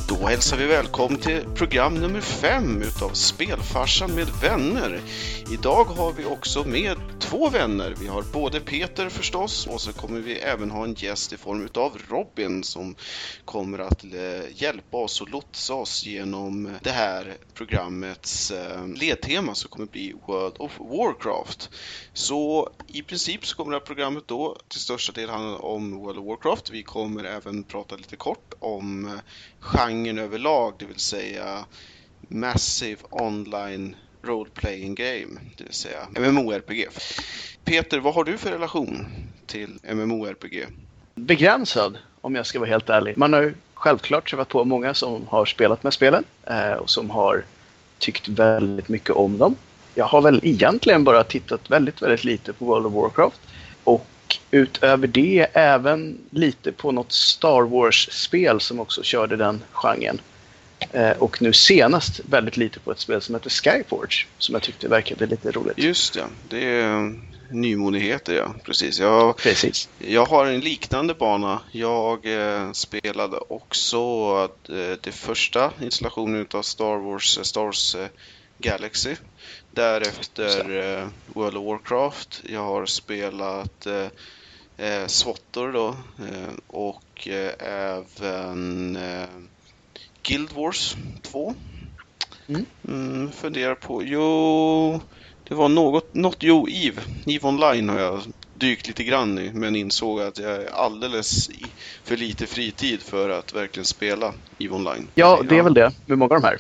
Då hälsar vi välkommen till program nummer 5 utav Spelfarsan med vänner. Idag har vi också med 2 vänner. Vi har både Peter förstås och så kommer vi även ha en gäst i form utav Robin som kommer att hjälpa oss och lotsa oss genom det här programmets ledtema som kommer bli World of Warcraft. Så i princip så kommer det här programmet då till största del handla om World of Warcraft. Vi kommer även prata lite kort om genren överlag, det vill säga Massive Online Role-Playing Game, det vill säga MMORPG. Peter, vad har du för relation till MMORPG? Begränsad, om jag ska vara helt ärlig. Man har ju självklart träffat på många som har spelat med spelen och som har tyckt väldigt mycket om dem. Jag har väl egentligen bara tittat väldigt, väldigt lite på World of Warcraft och utöver det även lite på något Star Wars-spel som också körde den genren. Och nu senast väldigt lite på ett spel som heter Skyforge som jag tyckte verkade lite roligt. Just det, det är nymodigheter, ja. Precis. Jag har en liknande bana. Jag spelade också det första installationen av Star Wars Galaxy. Därefter World of Warcraft. Jag har spelat SWTOR då och även Guild Wars 2. Funderar på, det var EVE Online har jag dykt lite grann i, men insåg att jag är alldeles för lite fritid för att verkligen spela EVE Online. Ja, det är väl det med många av de här.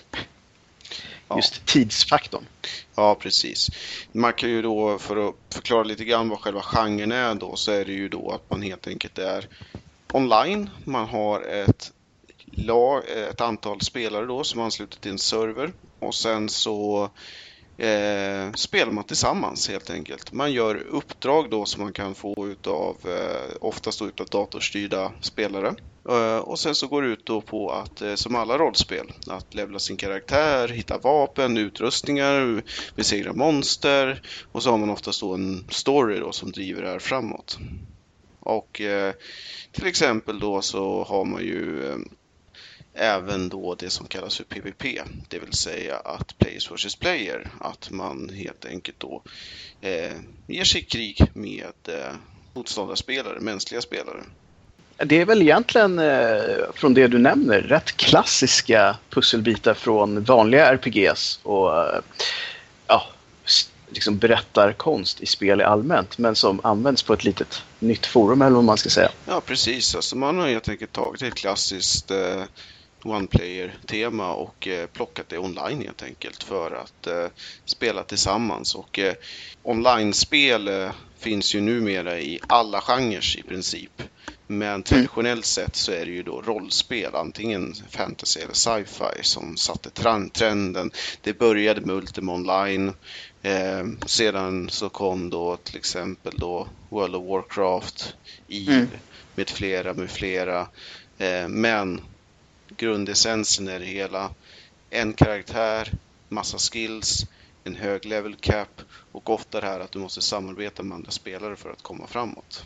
Just tidsfaktorn. Ja, precis. Man kan ju då, för att förklara lite grann vad själva genren är då, så är det ju då att man helt enkelt är online. Man har ett antal spelare då som ansluter till en server och sen så spelar man tillsammans helt enkelt. Man gör uppdrag då som man kan få utav oftast då utav datorstyrda spelare. Och sen så går det ut då på att, som alla rollspel, att levela sin karaktär, hitta vapen, utrustningar, besegra monster och så har man oftast då en story då som driver det här framåt. Och till exempel då så har man ju även då det som kallas för PvP, det vill säga att players versus player, att man helt enkelt då ger sig i krig med motståndarspelare, mänskliga spelare. Det är väl egentligen från det du nämner rätt klassiska pusselbitar från vanliga RPGs och liksom berättarkonst i spel i allmänt, men som används på ett litet nytt forum eller vad man ska säga. Ja, precis. Alltså man har helt enkelt tagit ett klassiskt one-player-tema och plockat det online helt enkelt för att spela tillsammans. Och online-spel finns ju numera i alla genrer i princip. Men traditionellt sett så är det ju då rollspel, antingen fantasy eller sci-fi som satte trenden. Det började med Ultima Online. Sedan så kom då till exempel då World of Warcraft, EVE med flera. Men grundessensen är det hela. En karaktär, massa skills, en hög level cap och ofta det här att du måste samarbeta med andra spelare för att komma framåt.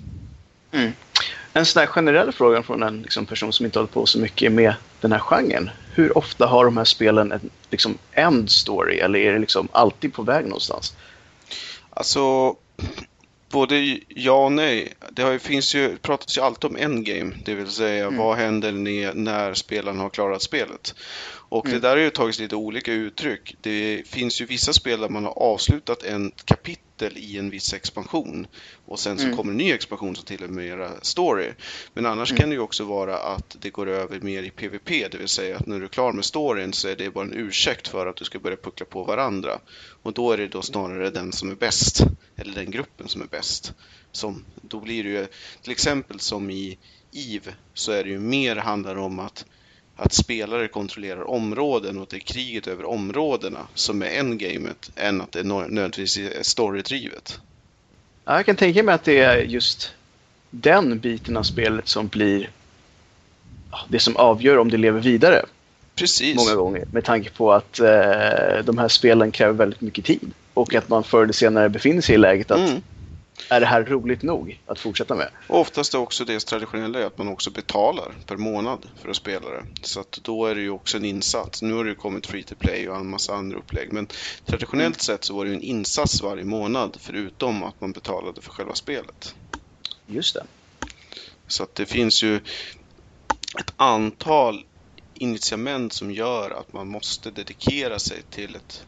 En sån här generell fråga från en person som inte håller på så mycket med den här genren. Hur ofta har de här spelen en end story eller är det alltid på väg någonstans? Alltså, både ja och nej. Pratas ju alltid om endgame, det vill säga vad händer när spelaren har klarat spelet. Och det där har ju tagit lite olika uttryck. Det finns ju vissa spel där man har avslutat en kapitel i en viss expansion och sen så kommer en ny expansion som till och med mera story. Men annars kan det ju också vara att det går över mer i PvP, det vill säga att när du är klar med storyn så är det bara en ursäkt för att du ska börja puckla på varandra. Och då är det då snarare den som är bäst, eller den gruppen som är bäst. Då blir det ju, till exempel som i EVE så är det ju mer handlar om att spelare kontrollerar områden och att det är kriget över områdena som är endgamet än att det nödvändigtvis är storydrivet. Ja, jag kan tänka mig att det är just den biten av spelet som blir det som avgör om det lever vidare. Precis. Många gånger, med tanke på att de här spelen kräver väldigt mycket tid och att man förr eller senare befinner sig i läget att är det här roligt nog att fortsätta med? Och oftast är också det traditionella att man också betalar per månad för att spela det. Så att då är det ju också en insats. Nu har det ju kommit free to play och en massa andra upplägg. Men traditionellt sett så var det ju en insats varje månad förutom att man betalade för själva spelet. Just det. Så att det finns ju ett antal initiament som gör att man måste dedikera sig till ett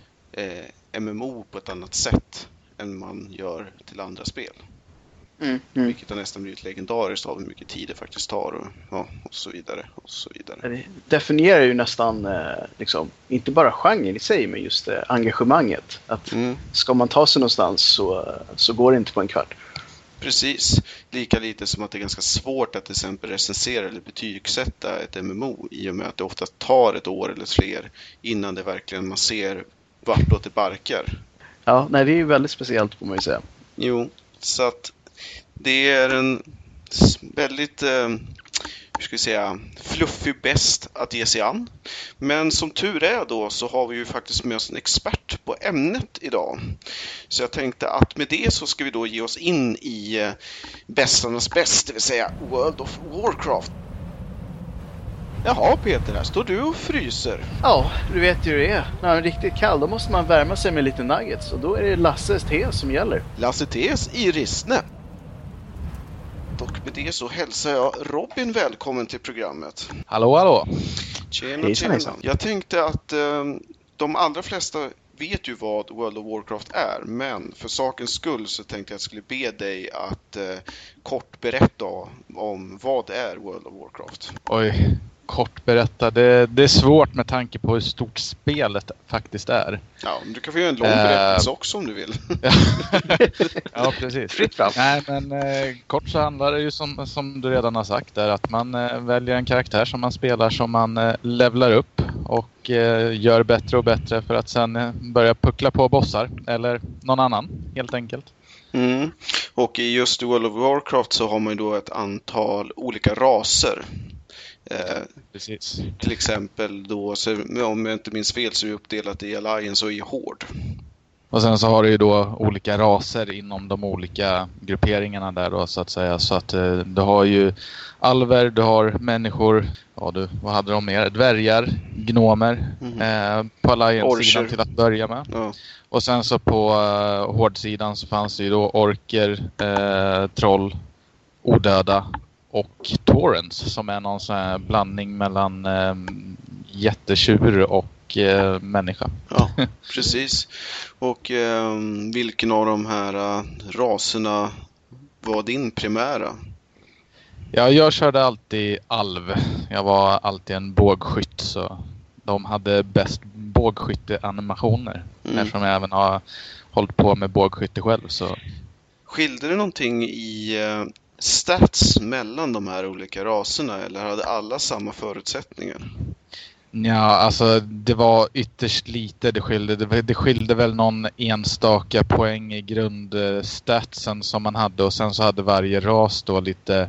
MMO på ett annat sätt än man gör till andra spel. Vilket har nästan blivit legendariskt av hur mycket tid det faktiskt tar och så vidare och så vidare. Det definierar ju nästan liksom, inte bara genren i sig, men just engagemanget. Att ska man ta sig någonstans så går det inte på en kvart. Precis. Lika lite som att det är ganska svårt att till exempel recensera eller betygsätta ett MMO i och med att det ofta tar ett år eller fler innan det verkligen man ser vartåt det barkar. Ja, nej, det är ju väldigt speciellt får man ju säga. Jo, så att det är en väldigt hur ska vi säga, fluffig bäst att ge sig an. Men som tur är då så har vi ju faktiskt med oss en expert på ämnet idag. Så jag tänkte att med det så ska vi då ge oss in i bästarnas bäst, det vill säga World of Warcraft. Jaha Peter, här står du och fryser. Ja, du vet ju hur det är. När man är riktigt kall då måste man värma sig med lite nuggets. Och då är det Lasses te som gäller. Lasse Tes i Rissne. Och med det så hälsar jag Robin välkommen till programmet. Hallå, hallå. Tjena. Jag tänkte att de allra flesta vet ju vad World of Warcraft är. Men för sakens skull så tänkte jag att jag skulle be dig att kort berätta om vad är World of Warcraft. Oj, kort berätta. Det är svårt med tanke på hur stort spelet faktiskt är. Ja, men du kan få göra en lång berättelse också om du vill. Ja, precis. Fritt fram. Nej, men kort så handlar det ju som du redan har sagt är att man väljer en karaktär som man spelar som man levlar upp och gör bättre och bättre för att sen börja puckla på bossar eller någon annan helt enkelt. Och i just World of Warcraft så har man ju då ett antal olika raser. Precis. Till exempel då, så, om jag inte minns fel, så är det uppdelat i Alliance och i Horde. Och sen så har du ju då olika raser inom de olika grupperingarna där då så att säga. Så att du har ju alver, du har människor, vad hade de mer? Dvärgar, gnomer på Alliance-sidan till att börja med. Ja. Och sen så på Horde-sidan så fanns det ju då orker, troll, odöda och torrents som är någon sån här blandning mellan jättetjur och människa. Ja, precis. Och vilken av de här raserna var din primära? Ja, jag körde alltid alv. Jag var alltid en bågskytt så de hade bäst bågskytteanimationer. Eftersom jag även har hållit på med bågskytte själv. Så. Skilde det någonting i stats mellan de här olika raserna eller hade alla samma förutsättningar? Ja, alltså det var ytterst lite det skilde. Det skilde väl någon enstaka poäng i grundstatsen som man hade och sen så hade varje ras då lite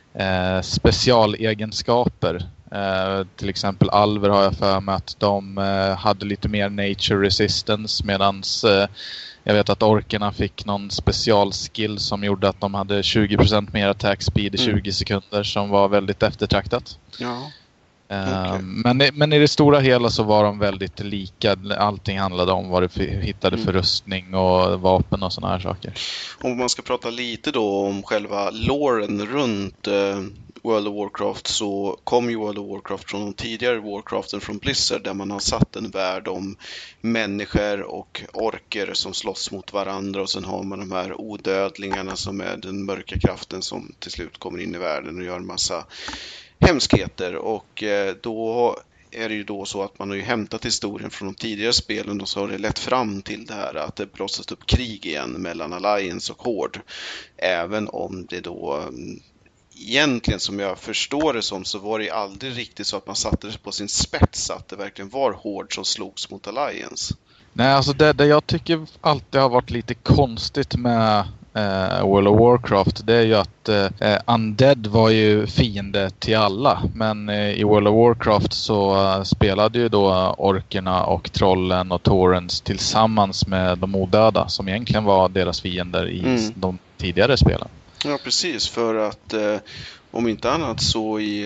specialegenskaper. Till exempel alver har jag för mig att de hade lite mer nature resistance medans jag vet att orkerna fick någon specialskill som gjorde att de hade 20% mer attack speed i 20 sekunder som var väldigt eftertraktat. Ja. Okay. Men i det stora hela så var de väldigt lika. Allting handlade om vad du hittade för rustning och vapen och såna här saker. Om man ska prata lite då om själva loren runt World of Warcraft så kom ju World of Warcraft från de tidigare Warcraften från Blizzard där man har satt en värld om människor och orker som slåss mot varandra och sen har man de här odödlingarna som är den mörka kraften som till slut kommer in i världen och gör en massa hemskheter och då är det ju då så att man har ju hämtat historien från de tidigare spelen och så har det lett fram till det här att det blossat upp krig igen mellan Alliance och Horde. Även om det då egentligen som jag förstår det som så var det aldrig riktigt så att man satte det på sin spets att det verkligen var Horde som slogs mot Alliance. Nej, alltså det jag tycker alltid har varit lite konstigt med World of Warcraft, det är ju att Undead var ju fiende till alla. Men i World of Warcraft så spelade ju då orkerna och trollen och Taurens tillsammans med de odöda som egentligen var deras fiender i de tidigare spelen. Ja, precis. För att om inte annat så i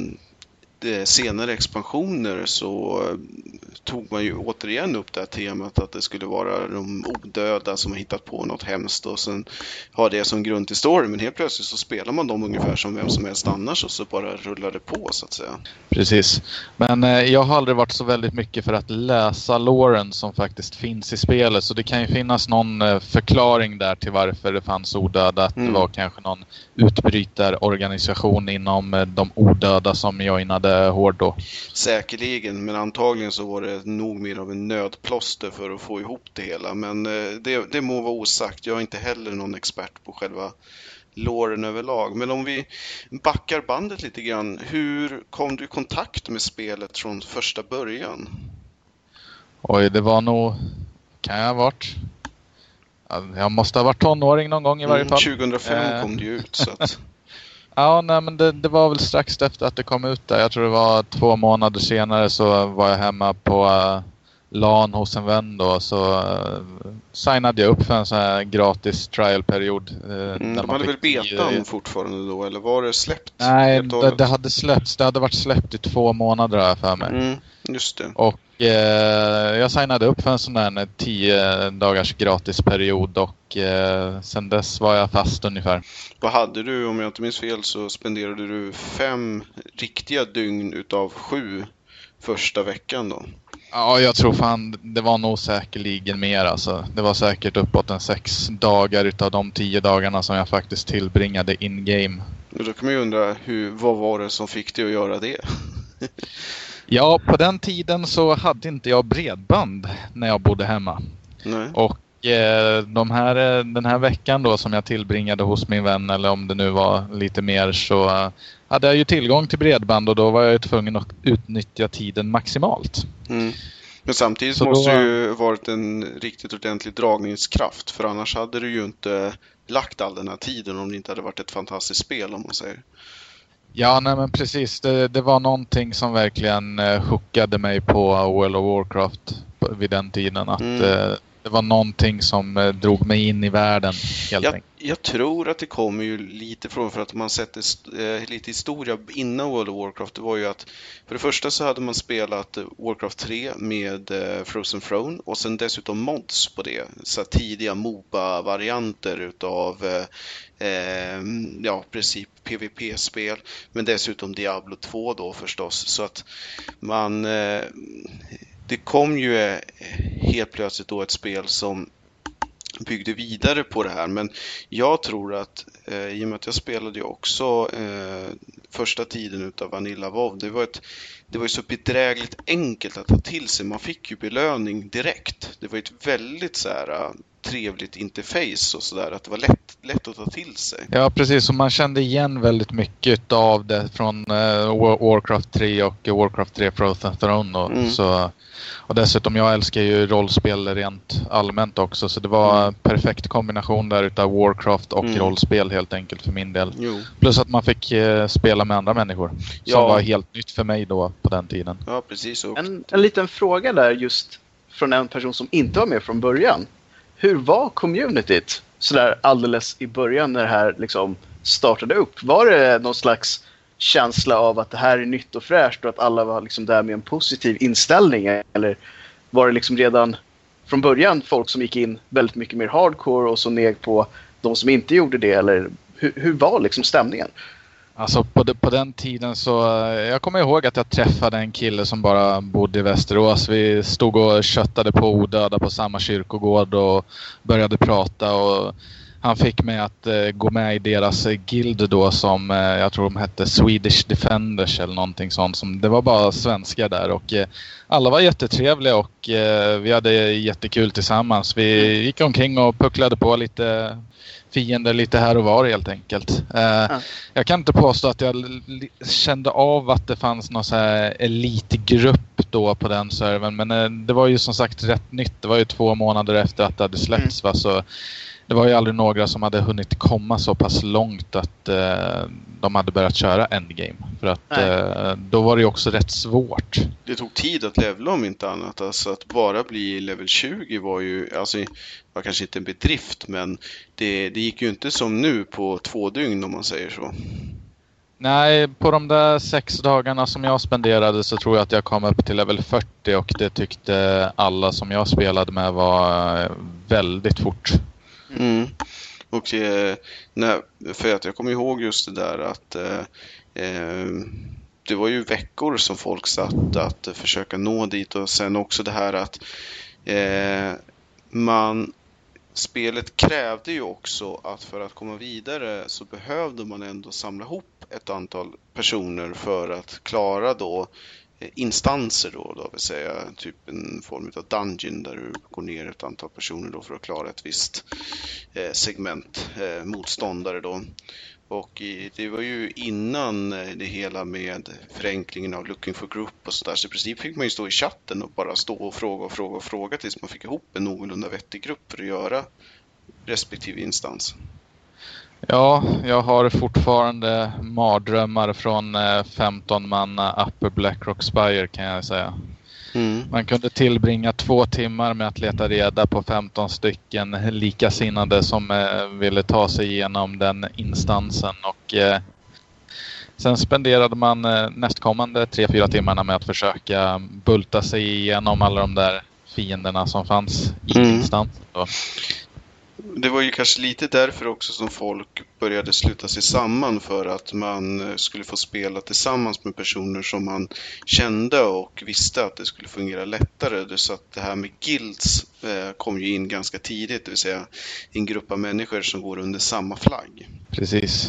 senare expansioner så tog man ju återigen upp det här temat att det skulle vara de odöda som har hittat på något hemskt och sen har det som grund till story, men helt plötsligt så spelar man dem ungefär som vem som helst annars och så bara rullar det på så att säga. Precis, men jag har aldrig varit så väldigt mycket för att läsa loren som faktiskt finns i spelet, så det kan ju finnas någon förklaring där till varför det fanns odöda, att det var kanske någon utbrytarorganisation inom de odöda som joinade hård då. Säkerligen, men antagligen så var det nog mer av en nödplåster för att få ihop det hela. Men det må vara osagt. Jag är inte heller någon expert på själva låren överlag. Men om vi backar bandet lite grann. Hur kom du i kontakt med spelet från första början? Oj, det var nog... Kan jag ha varit? Jag måste ha varit tonåring någon gång i varje fall. 2005 kom det ut så att... Ja, nej, men det var väl strax efter att det kom ut där. Jag tror det var 2 månader senare så var jag hemma på LAN hos en vän då. Så signade jag upp för en sån här gratis trial-period. De hade väl betan fortfarande då, eller var det släppt? Nej, det hade släppts. Det hade varit släppt i 2 månader här för mig. Just det. Och jag signade upp för en sån där 10 dagars gratisperiod och sen dess var jag fast ungefär. Vad hade du, om jag inte minns fel så spenderade du 5 riktiga dygn utav 7 första veckan då? Ja, jag tror fan det var nog säkerligen mer alltså. Det var säkert uppåt 6 dagar utav de 10 dagarna som jag faktiskt tillbringade in-game. Och då kan man ju undra, vad var det som fick dig att göra det? Ja, på den tiden så hade inte jag bredband när jag bodde hemma. Nej. Och den här veckan då som jag tillbringade hos min vän, eller om det nu var lite mer, så hade jag ju tillgång till bredband och då var jag ju tvungen att utnyttja tiden maximalt. Men samtidigt så måste det ju varit en riktigt ordentlig dragningskraft, för annars hade du ju inte lagt all den här tiden om det inte hade varit ett fantastiskt spel, om man säger. Ja, nej men precis. Det var någonting som verkligen hookade mig på World of Warcraft vid den tiden. Att det var någonting som drog mig in i världen helt enkelt. Jag tror att det kommer ju lite från, för att man sätter lite historia innan World of Warcraft. Det var ju att för det första så hade man spelat Warcraft 3 med Frozen Throne och sen dessutom mods på det. Så tidiga MOBA-varianter utav princip PvP-spel, men dessutom Diablo 2 då förstås. Så att det kom ju helt plötsligt då ett spel som byggde vidare på det här. Men jag tror att i och med att jag spelade ju också första tiden utav Vanilla WoW, det var ju så bedrägligt enkelt att ta till sig. Man fick ju belöning direkt. Det var ju ett väldigt så här trevligt interface och sådär, att det var lätt att ta till sig. Ja, precis. Och man kände igen väldigt mycket av det från Warcraft 3 och Warcraft 3 Frozen Throne. Och dessutom, jag älskar ju rollspel rent allmänt också, så det var en perfekt kombination där utav Warcraft och rollspel helt enkelt för min del. Plus att man fick spela med andra människor som var helt nytt för mig då på den tiden. Ja, precis. En liten fråga där just från en person som inte var med från början. Hur var communityt så där alldeles i början när det här liksom startade upp? Var det någon slags känsla av att det här är nytt och fräscht och att alla var liksom där med en positiv inställning? Eller var det liksom redan från början folk som gick in väldigt mycket mer hardcore och så neg på de som inte gjorde det? Eller hur var liksom stämningen? Alltså på den tiden så, jag kommer ihåg att jag träffade en kille som bara bodde i Västerås. Vi stod och köttade på odöda på samma kyrkogård och började prata, och han fick mig att gå med i deras guild då som jag tror de hette Swedish Defenders eller någonting sånt. Det var bara svenskar där, och alla var jättetrevliga och vi hade jättekul tillsammans. Vi gick omkring och pucklade på lite fiender lite här och var helt enkelt. Jag kan inte påstå att jag kände av att det fanns någon så här elitgrupp då på den servern, men det var ju som sagt rätt nytt. Det var ju 2 månader efter att det hade släppts, va? Så det var ju aldrig några som hade hunnit komma så pass långt att de hade börjat köra endgame. För att då var det ju också rätt svårt. Det tog tid att levla om inte annat. Alltså att bara bli level 20 var ju, alltså var kanske inte en bedrift, men det gick ju inte som nu på 2 dygn om man säger så. Nej, på de där 6 dagarna som jag spenderade så tror jag att jag kom upp till level 40 och det tyckte alla som jag spelade med var väldigt fort. Mm. Och för att jag kommer ihåg just det där att det var ju veckor som folk satt att försöka nå dit, och sen också det här att spelet krävde ju också att för att komma vidare så behövde man ändå samla ihop ett antal personer för att klara då instanser då vill säga typ en form av dungeon där du går ner ett antal personer då för att klara ett visst segment motståndare då. Och det var ju innan det hela med förenklingen av Looking for Group och sådär. Så i princip fick man ju stå i chatten och bara stå och fråga tills man fick ihop en någorlunda vettig grupp för att göra respektive instans. Ja, jag har fortfarande mardrömmar från 15 manna Upper Blackrock Spire kan jag säga. Mm. Man kunde tillbringa 2 timmar med att leta reda på 15 stycken likasinnade som ville ta sig igenom den instansen. Och sen spenderade man nästkommande 3-4 timmarna med att försöka bulta sig igenom alla de där fienderna som fanns i instansen. Det var ju kanske lite därför också som folk började sluta sig samman, för att man skulle få spela tillsammans med personer som man kände och visste att det skulle fungera lättare. Så att det här med guilds kom ju in ganska tidigt, det vill säga en grupp av människor som går under samma flagg. Precis.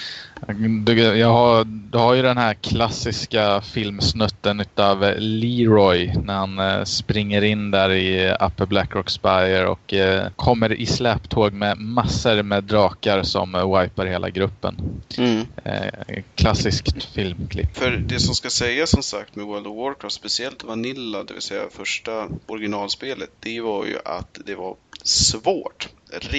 Du har ju den här klassiska filmsnutten utav Leroy när han springer in där i Upper Blackrock Spire och kommer i släptåg med massor med drakar som wipar hela gruppen. Klassiskt filmklipp. För det som ska sägas som sagt med World of Warcraft, speciellt Vanilla, det vill säga första originalspelet, det var ju att det var svårt.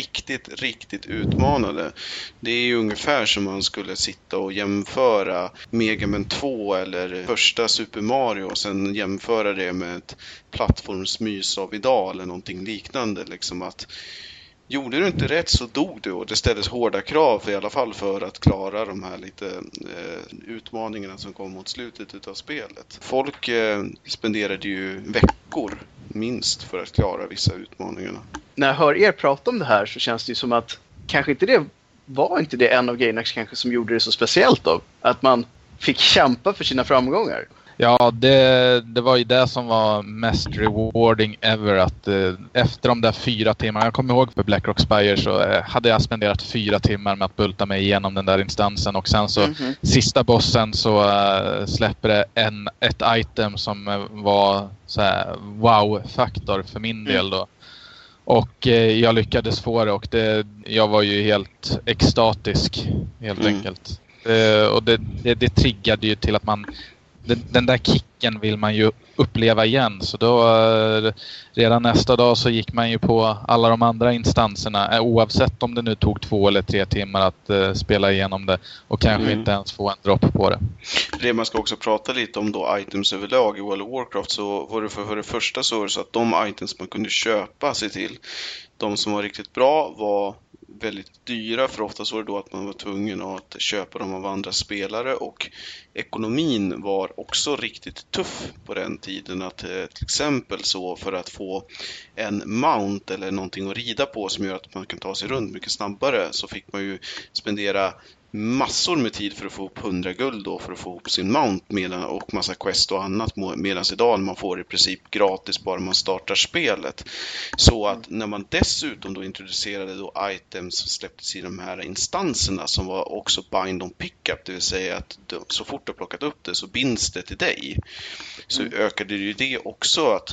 Riktigt utmanande. Det är ju ungefär som man skulle sitta och jämföra Mega Man 2 eller första Super Mario och sen jämföra det med ett plattformsmys av idag eller någonting liknande. Liksom att gjorde du inte rätt så dog du, och det ställdes hårda krav för, i alla fall för att klara de här lite utmaningarna som kom mot slutet av spelet. Folk spenderade ju veckor minst för att klara vissa utmaningarna. När jag hör er prata om det här så känns det ju som att kanske inte det var inte det en av grejerna kanske som gjorde det så speciellt då. Att man fick kämpa för sina framgångar. Ja, det var ju det som var mest rewarding ever, att efter de där 4 timmarna, jag kommer ihåg för Blackrock Spire så hade jag spenderat 4 timmar med att bulta mig igenom den där instansen, och sen så sista bossen så släpper det ett item som var så här wow-faktor för min del då. Och jag lyckades få det, och jag var ju helt extatisk helt enkelt. Och det triggade ju till att man den där kicken vill man ju uppleva igen. Så då redan nästa dag så gick man ju på alla de andra instanserna, oavsett om det nu tog 2 eller 3 timmar att spela igenom det och kanske inte ens få en dropp på det. Det man ska också prata lite om då items överlag i World of Warcraft, så var det för det första så var det så att de items man kunde köpa sig till, de som var riktigt bra var väldigt dyra, för ofta var det då att man var tvungen att köpa dem av andra spelare, och ekonomin var också riktigt tuff på den tiden. Att till exempel så för att få en mount eller någonting att rida på som gör att man kan ta sig runt mycket snabbare, så fick man ju spendera massor med tid för att få upp 100 guld då, för att få ihop sin mount och massa quest och annat, medan idag man får i princip gratis bara man startar spelet. Så att när man dessutom då introducerade då items som släpptes i de här instanserna som var också bind on pickup, det vill säga att så fort du har plockat upp det så binds det till dig, så ökade ju det också att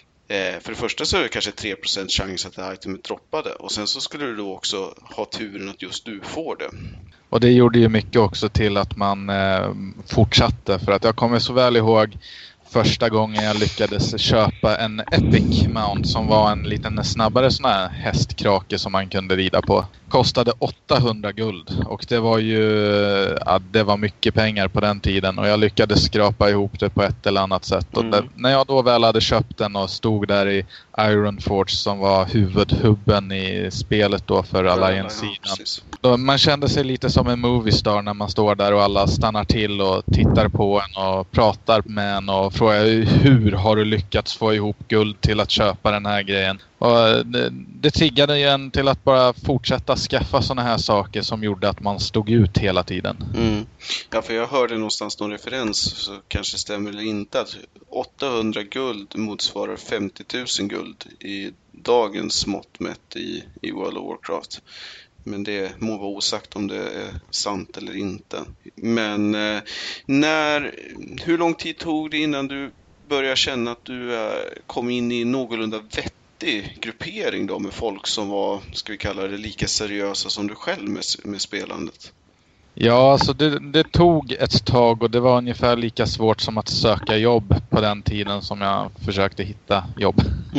för det första så är det kanske 3% chans att det itemet droppade, och sen så skulle du då också ha turen att just du får det. Och det gjorde ju mycket också till att man fortsatte, för att jag kommer så väl ihåg första gången jag lyckades köpa en Epic Mount som var en liten snabbare sån här hästkrake som man kunde rida på. Kostade 800 guld och det var ju det var mycket pengar på den tiden och jag lyckades skrapa ihop det på ett eller annat sätt. Och när jag då väl hade köpt den och stod där i Ironforge som var huvudhubben i spelet då för Alliance-sidan. Ja, man kände sig lite som en moviestar när man står där och alla stannar till och tittar på en och pratar med en och frågar hur har du lyckats få ihop guld till att köpa den här grejen. Och det triggade igen till att bara fortsätta skaffa såna här saker som gjorde att man stod ut hela tiden. Ja, för jag hörde någonstans någon referens, så kanske stämmer eller inte, att 800 guld motsvarar 50 000 guld i dagens mått mätt i World of Warcraft. Men det må vara osagt om det är sant eller inte. Men hur lång tid tog det innan du började känna att du kom in i någorlunda vettig gruppering då med folk som var, ska vi kalla det, lika seriösa som du själv med spelandet? Ja, alltså det tog ett tag och det var ungefär lika svårt som att söka jobb på den tiden som jag försökte hitta jobb.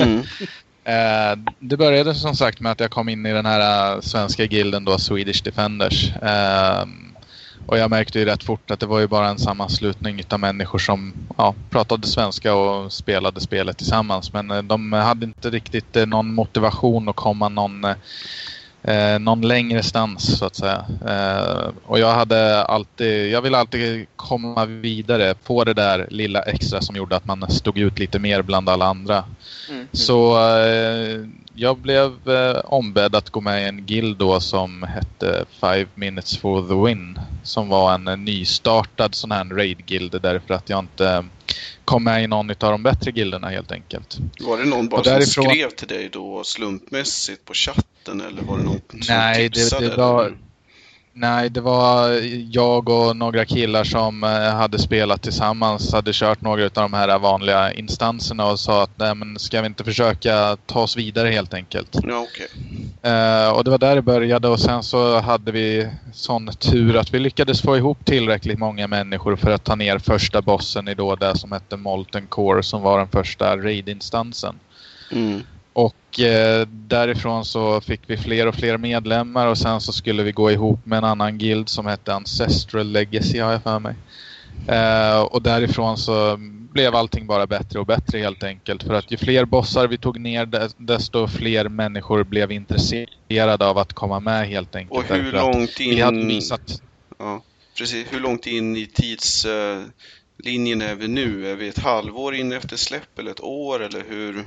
Det började som sagt med att jag kom in i den här svenska gilden då, Swedish Defenders. Och jag märkte ju rätt fort att det var ju bara en sammanslutning av människor som pratade svenska och spelade spelet tillsammans. Men de hade inte riktigt någon motivation att komma någon längre stans så att säga. Och jag ville alltid komma vidare på det där lilla extra som gjorde att man stod ut lite mer bland alla andra. Så jag blev ombedd att gå med i en guild då som hette 5 Minutes for the Win, som var en nystartad sån här raid-guild därför att jag inte kom med i någon av de bättre gilderna helt enkelt. Var det någon bara som skrev till dig då slumpmässigt på chatten eller var det någon som tipsade? Nej, det var jag och några killar som hade spelat tillsammans, hade kört några av de här vanliga instanserna och sa att nej, men ska vi inte försöka ta oss vidare helt enkelt. Ja, okej. Och det var där det började och sen så hade vi sån tur att vi lyckades få ihop tillräckligt många människor för att ta ner första bossen i då det som hette Molten Core som var den första raid-instansen. Och därifrån så fick vi fler och fler medlemmar och sen så skulle vi gå ihop med en annan guild som hette Ancestral Legacy har jag för mig. Och därifrån så blev allting bara bättre och bättre helt enkelt. För att ju fler bossar vi tog ner desto fler människor blev intresserade av att komma med helt enkelt. Och hur långt in... Vi hade visat... Ja, precis. Hur långt in i tidslinjen är vi nu? Är vi ett halvår in efter släpp eller ett år eller hur...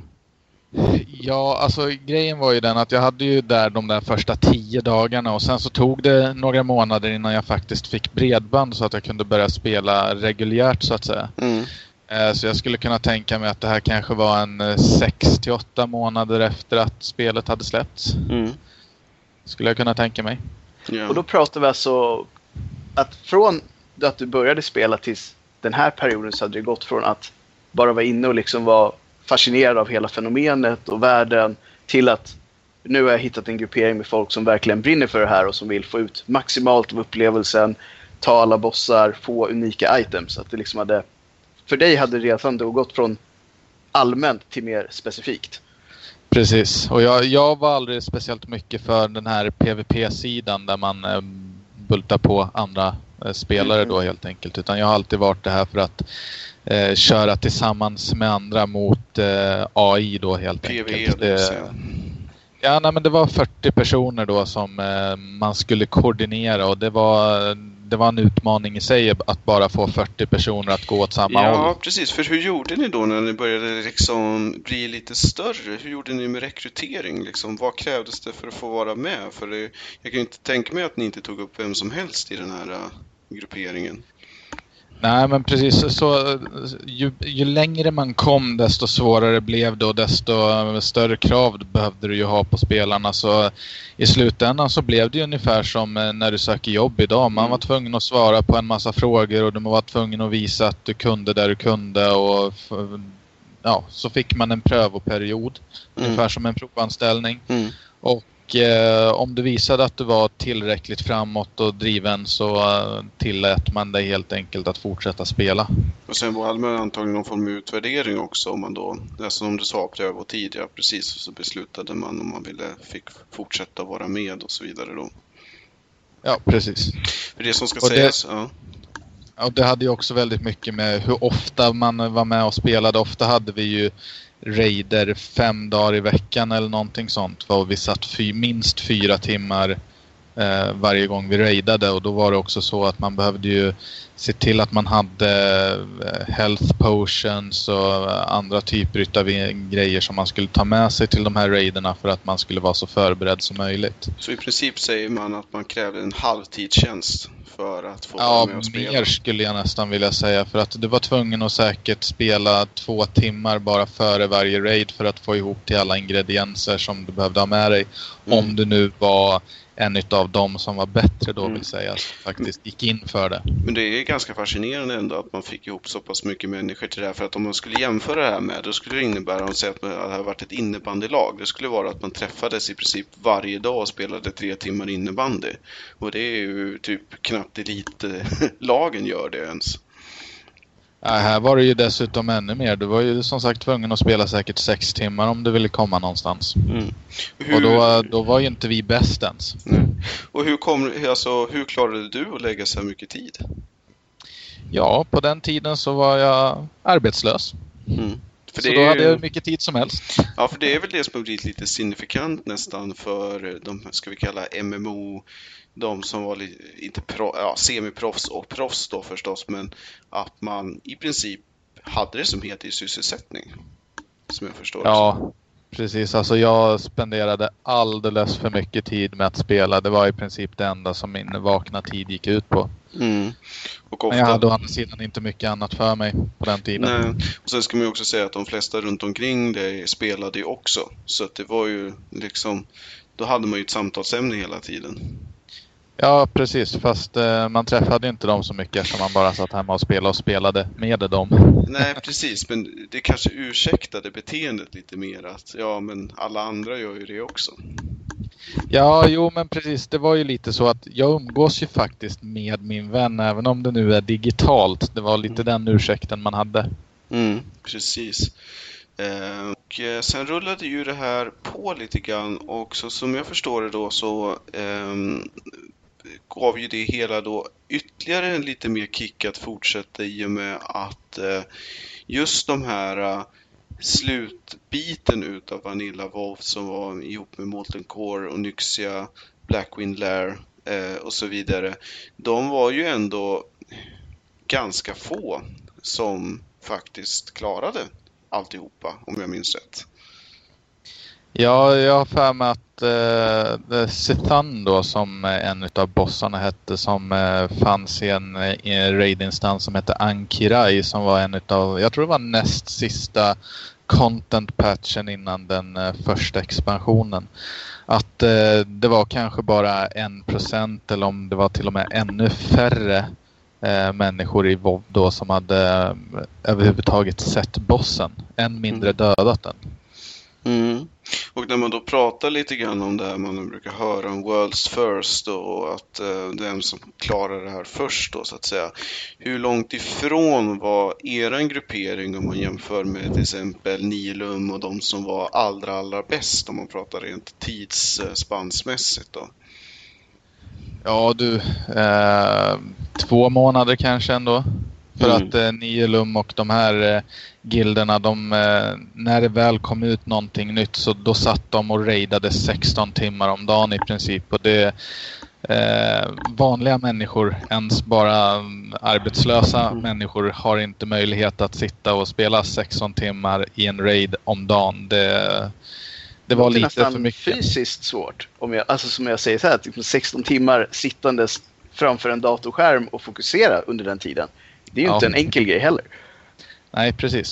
Ja, alltså grejen var ju den att jag hade ju där de där första 10 dagarna och sen så tog det några månader innan jag faktiskt fick bredband så att jag kunde börja spela reguljärt så att säga. Så jag skulle kunna tänka mig att det här kanske var en 6-8 månader efter att spelet hade släppts. Skulle jag kunna tänka mig. Och då pratar vi alltså att från att du började spela tills den här perioden så hade det gått från att bara vara inne och liksom vara fascinerad av hela fenomenet och världen till att nu har jag hittat en gruppering med folk som verkligen brinner för det här och som vill få ut maximalt av upplevelsen, ta alla bossar, få unika items. Att det liksom hade, för dig hade det redan då gått från allmänt till mer specifikt. Precis, och jag var aldrig speciellt mycket för den här PvP-sidan där man bultar på andra spelare då helt enkelt. Utan jag har alltid varit det här för att köra tillsammans med andra mot AI då helt enkelt. Ja, nej, men det var 40 personer då som man skulle koordinera och det var en utmaning i sig att bara få 40 personer att gå åt samma håll. Ja, precis. För hur gjorde ni då när ni började liksom bli lite större? Hur gjorde ni med rekrytering? Liksom, vad krävdes det för att få vara med? För jag kan ju inte tänka mig att ni inte tog upp vem som helst i den här grupperingen. Nej, men precis så ju längre man kom desto svårare blev det och desto större krav behövde du ju ha på spelarna. Så i slutändan så blev det ju ungefär som när du söker jobb idag. Man var tvungen att svara på en massa frågor och du var tvungen att visa att du kunde där du kunde och ja, så fick man en prövoperiod ungefär som en provanställning. Och om du visade att du var tillräckligt framåt och driven så tillät man dig helt enkelt att fortsätta spela. Och sen var det antagligen någon form av utvärdering också, om man då, som du sa, pröva och tidigare precis, och så beslutade man om man fick fortsätta vara med och så vidare då. Ja, precis. För det som ska sägas, ja. Ja, det hade ju också väldigt mycket med hur ofta man var med och spelade. Ofta hade vi ju raider 5 dagar i veckan eller någonting sånt. Och vi satt minst 4 timmar varje gång vi raidade. Och då var det också så att man behövde ju se till att man hade health potions och andra typer av grejer som man skulle ta med sig till de här raiderna för att man skulle vara så förberedd som möjligt. Så i princip säger man att man krävde en halvtidstjänst för att få vara med och spela? Ja, mer skulle jag nästan vilja säga. För att du var tvungen att säkert spela 2 timmar bara före varje raid för att få ihop till alla ingredienser som du behövde ha med dig. Om du nu var en av dem som var bättre då, vill säga, som faktiskt gick in för det. Men det är ganska fascinerande ändå att man fick ihop så pass mycket människor till det här. För att om man skulle jämföra det här med, då skulle det innebära att säga att det hade varit ett innebandylag. Det skulle vara att man träffades i princip varje dag och spelade 3 timmar innebandy. Och det är ju typ knappt elitlagen gör det ens. Ja, här var det ju dessutom ännu mer. Du var ju som sagt tvungen att spela säkert 6 timmar om du ville komma någonstans. Och då var ju inte vi bäst ens. Och hur klarade du att lägga så här mycket tid? Ja, på den tiden så var jag arbetslös. För så då hade jag mycket tid som helst. Ja, för det är väl det som har blivit lite signifikant nästan för de, ska vi kalla MMO, de som var inte semiproffs och proffs då förstås, men att man i princip hade det som heltidssysselsättning, som jag förstår. Ja, precis. Alltså jag spenderade alldeles för mycket tid med att spela. Det var i princip det enda som min vakna tid gick ut på. Och ofta... Men jag hade å andra sidan inte mycket annat för mig på den tiden. Nej. Och sen ska man ju också säga att de flesta runt omkring det spelade ju också. Så att det var ju liksom, då hade man ju ett samtalsämne hela tiden. Ja, precis. Fast man träffade inte dem så mycket eftersom man bara satt hemma och spelade med dem. Nej, precis. Men det kanske ursäktade beteendet lite mer. Att ja, men alla andra gör ju det också. Ja, jo, men precis. Det var ju lite så att jag umgås ju faktiskt med min vän, även om det nu är digitalt. Det var lite den ursäkten man hade. Precis. Och sen rullade ju det här på lite grann. Och så, som jag förstår det då så... gav ju det hela då ytterligare en lite mer kick att fortsätta, i och med att just de här slutbiten utav Vanilla Wolf som var ihop med Molten Core och Nyxia, Blackwind Lair och så vidare, de var ju ändå ganska få som faktiskt klarade alltihopa, om jag minns rätt. Ja, jag har för mig att Sethan då, som en av bossarna hette, som fanns i en raid-instans som hette Ankirai, som var en av, jag tror det var näst sista content-patchen innan den första expansionen. Att det var kanske bara 1% eller om det var till och med ännu färre människor i WoW då som hade överhuvudtaget sett bossen, än mindre dödat den. Och när man då pratar lite grann om det här, man brukar höra om World's First och att den som klarar det här först då, så att säga. Hur långt ifrån var eran gruppering om man jämför med till exempel Nilum och de som var allra bäst, om man pratar rent tidsspansmässigt då? Ja du, 2 månader kanske ändå. För att Nilum och de här gilderna, när det väl kom ut någonting nytt, så då satt de och raidade 16 timmar om dagen i princip. Och det vanliga människor, ens bara arbetslösa människor, har inte möjlighet att sitta och spela 16 timmar i en raid om dagen. Det var lite för mycket. Fysiskt svårt. Alltså som jag säger så här, 16 timmar sittandes framför en datorskärm och fokusera under den tiden. Det är ju inte en enkel grej heller. Nej, precis.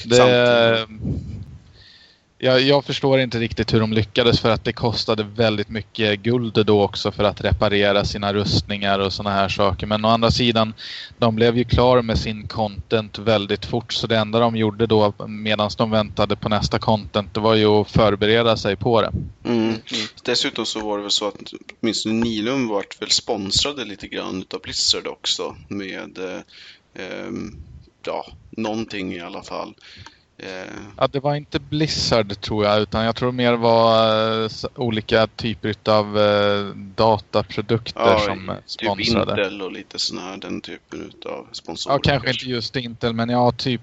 Jag förstår inte riktigt hur de lyckades, för att det kostade väldigt mycket guld då också för att reparera sina rustningar och såna här saker. Men å andra sidan, de blev ju klar med sin content väldigt fort, så det enda de gjorde då medan de väntade på nästa content, det var ju att förbereda sig på det. Dessutom så var det väl så att åtminstone Nilum vart väl sponsrade lite grann utav Blizzard också med någonting i alla fall. Ja, det var inte Blizzard tror jag, utan jag tror mer var olika typer av dataprodukter som sponsrade. Typ Intel och lite sådär, den typen av sponsorer. Ja, kanske inte just Intel, men ja, typ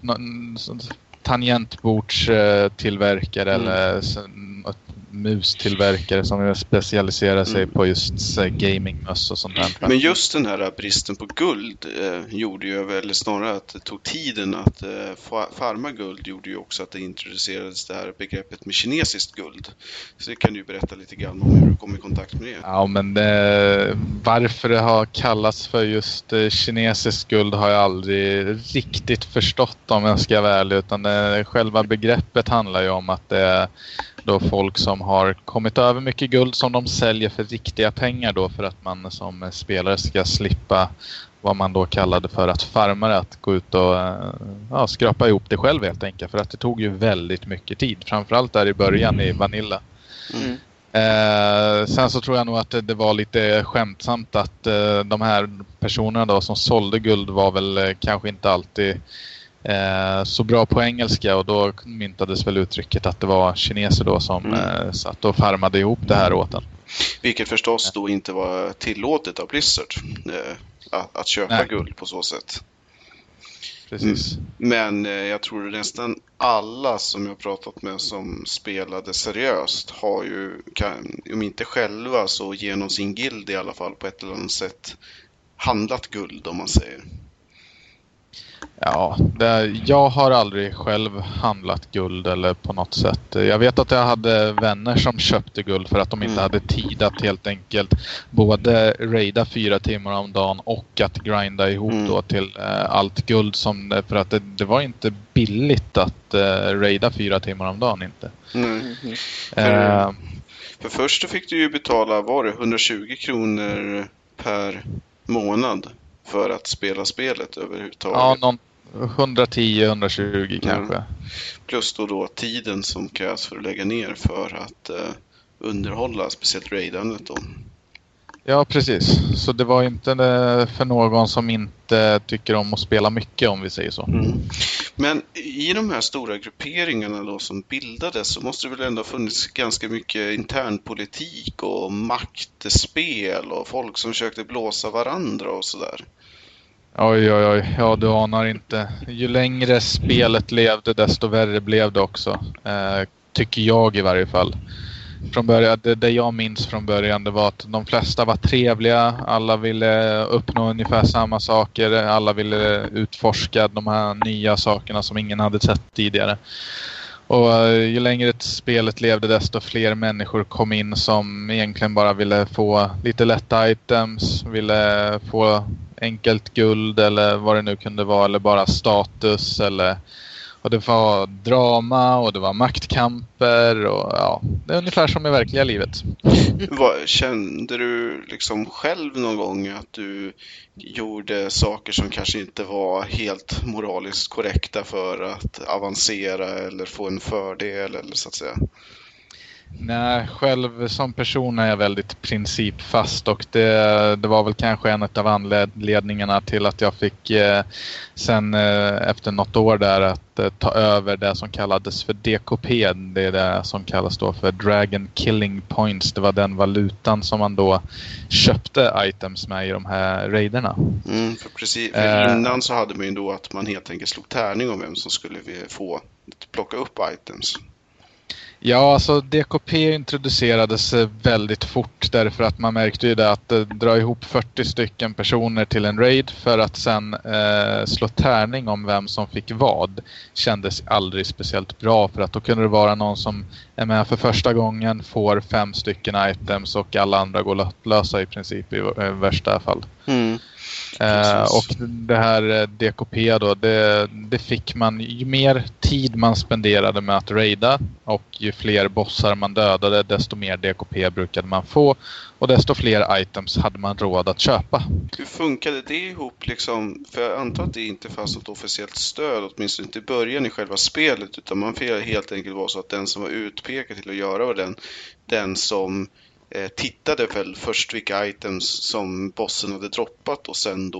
tangentbordstillverkare eller mustillverkare som specialiserar sig på just gamingmöss och sånt där. Men just den här bristen på guld gjorde ju, eller snarare att det tog tiden att farma guld, gjorde ju också att det introducerades det här begreppet med kinesiskt guld. Så det kan du berätta lite grann om hur du kom i kontakt med det. Ja, men varför det har kallats för just kinesiskt guld har jag aldrig riktigt förstått, om jag ska vara ärlig, utan själva begreppet handlar ju om att det är då folk som har kommit över mycket guld som de säljer för riktiga pengar då, för att man som spelare ska slippa vad man då kallade för att farma det, att gå ut och skrapa ihop det själv helt enkelt, för att det tog ju väldigt mycket tid, framförallt där i början i Vanilla. Sen så tror jag nog att det var lite skämtsamt att de här personerna då som sålde guld var väl kanske inte alltid så bra på engelska, och då myntades väl uttrycket att det var kineser då som satt och farmade ihop det här åt en. Vilket förstås då inte var tillåtet av Blizzard att köpa guld på så sätt. Precis. Men jag tror nästan alla som jag pratat med som spelade seriöst har ju, om inte själva så genom sin guild i alla fall på ett eller annat sätt handlat guld, om man säger. Ja, jag har aldrig själv handlat guld eller på något sätt. Jag vet att jag hade vänner som köpte guld för att de inte hade tid att helt enkelt både raida 4 timmar om dagen och att grinda ihop då till allt guld för att det var inte billigt att raida 4 timmar om dagen inte. För först fick du ju betala, var det 120 kronor per månad för att spela spelet överhuvudtaget. Ja, 110-120 kanske. Plus då tiden som krävs för att lägga ner för att underhålla speciellt raidandet då. Ja, precis. Så det var inte för någon som inte tycker om att spela mycket, om vi säger så. Men i de här stora grupperingarna då som bildades så måste det väl ändå ha funnits ganska mycket internpolitik och maktspel och folk som försökte blåsa varandra och sådär. Oj, ja, du anar inte. Ju längre spelet levde, desto värre blev det också. Tycker jag i varje fall. Från början, det jag minns från början, det var att de flesta var trevliga. Alla ville uppnå ungefär samma saker. Alla ville utforska de här nya sakerna som ingen hade sett tidigare. Och ju längre spelet levde, desto fler människor kom in som egentligen bara ville få lite lätta items, ville få enkelt guld eller vad det nu kunde vara, eller bara status, och det var drama och det var maktkamper och det är ungefär som i verkliga livet. Kände du liksom själv någon gång att du gjorde saker som kanske inte var helt moraliskt korrekta för att avancera eller få en fördel eller så att säga? Nej, själv som person är jag väldigt principfast, och det var väl kanske en av anledningarna till att jag fick sen efter något år där att ta över det som kallades för DKP. Det är det som kallas då för Dragon Killing Points. Det var den valutan som man då köpte items med i de här raiderna. För precis, för innan så hade man ju då att man helt enkelt slog tärning om vem som skulle få plocka upp items. Ja, alltså DKP introducerades väldigt fort därför att man märkte ju det att dra ihop 40 stycken personer till en raid för att sen slå tärning om vem som fick vad kändes aldrig speciellt bra, för att då kunde det vara någon som är med för första gången, får 5 stycken items och alla andra går lösa i princip i värsta fall. Och det här DKP då, det fick man ju mer tid man spenderade med att raida, och ju fler bossar man dödade, desto mer DKP brukade man få, och desto fler items hade man råd att köpa. Hur funkade det ihop liksom? För jag antar att det inte fanns något officiellt stöd, åtminstone inte i början i själva spelet, utan man fick helt enkelt vara så att den som var utpekad till att göra var den som tittade väl först vilka items som bossen hade droppat och sen då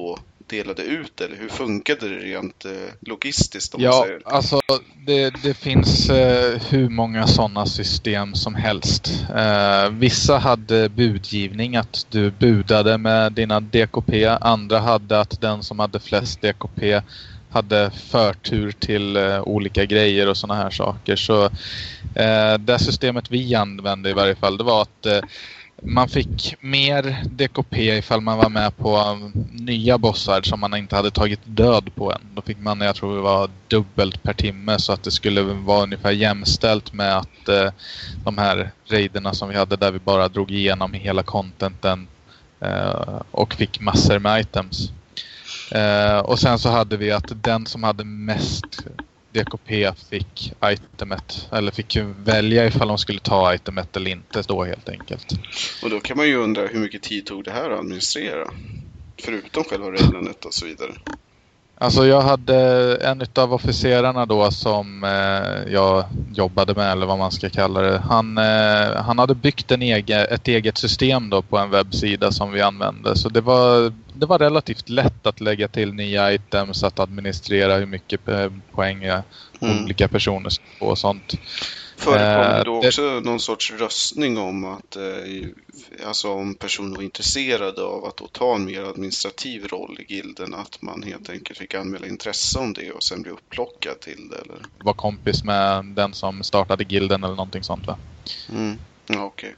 delade ut, eller hur funkade det rent logistiskt om man säger? Alltså det finns hur många sådana system som helst. Vissa hade budgivning, att du budade med dina DKP. Andra hade att den som hade flest DKP hade förtur till olika grejer och såna här saker. Så det systemet vi använde i varje fall, det var att man fick mer DKP ifall man var med på nya bossar som man inte hade tagit död på än. Då fick man, jag tror det var dubbelt per timme, så att det skulle vara ungefär jämställt med att de här raiderna som vi hade där vi bara drog igenom hela contenten och fick massor med items. Och sen så hade vi att den som hade mest DKP fick itemet, eller fick ju välja ifall de skulle ta itemet eller inte då helt enkelt. Och då kan man ju undra hur mycket tid tog det här att administrera? Förutom själva reglandet och så vidare. Alltså jag hade en utav officerarna då som jag jobbade med, eller vad man ska kalla det. Han hade byggt ett eget system då på en webbsida som vi använde. Så det var relativt lätt att lägga till nya items, att administrera hur mycket poäng olika personer ska få och sånt. Förekommer det då också någon sorts röstning om att alltså om personer var intresserade av att då ta en mer administrativ roll i gilden, att man helt enkelt fick anmäla intresse om det och sen bli upplockad till det, eller? Var kompis med den som startade gilden eller någonting sånt, va? Ja, okej.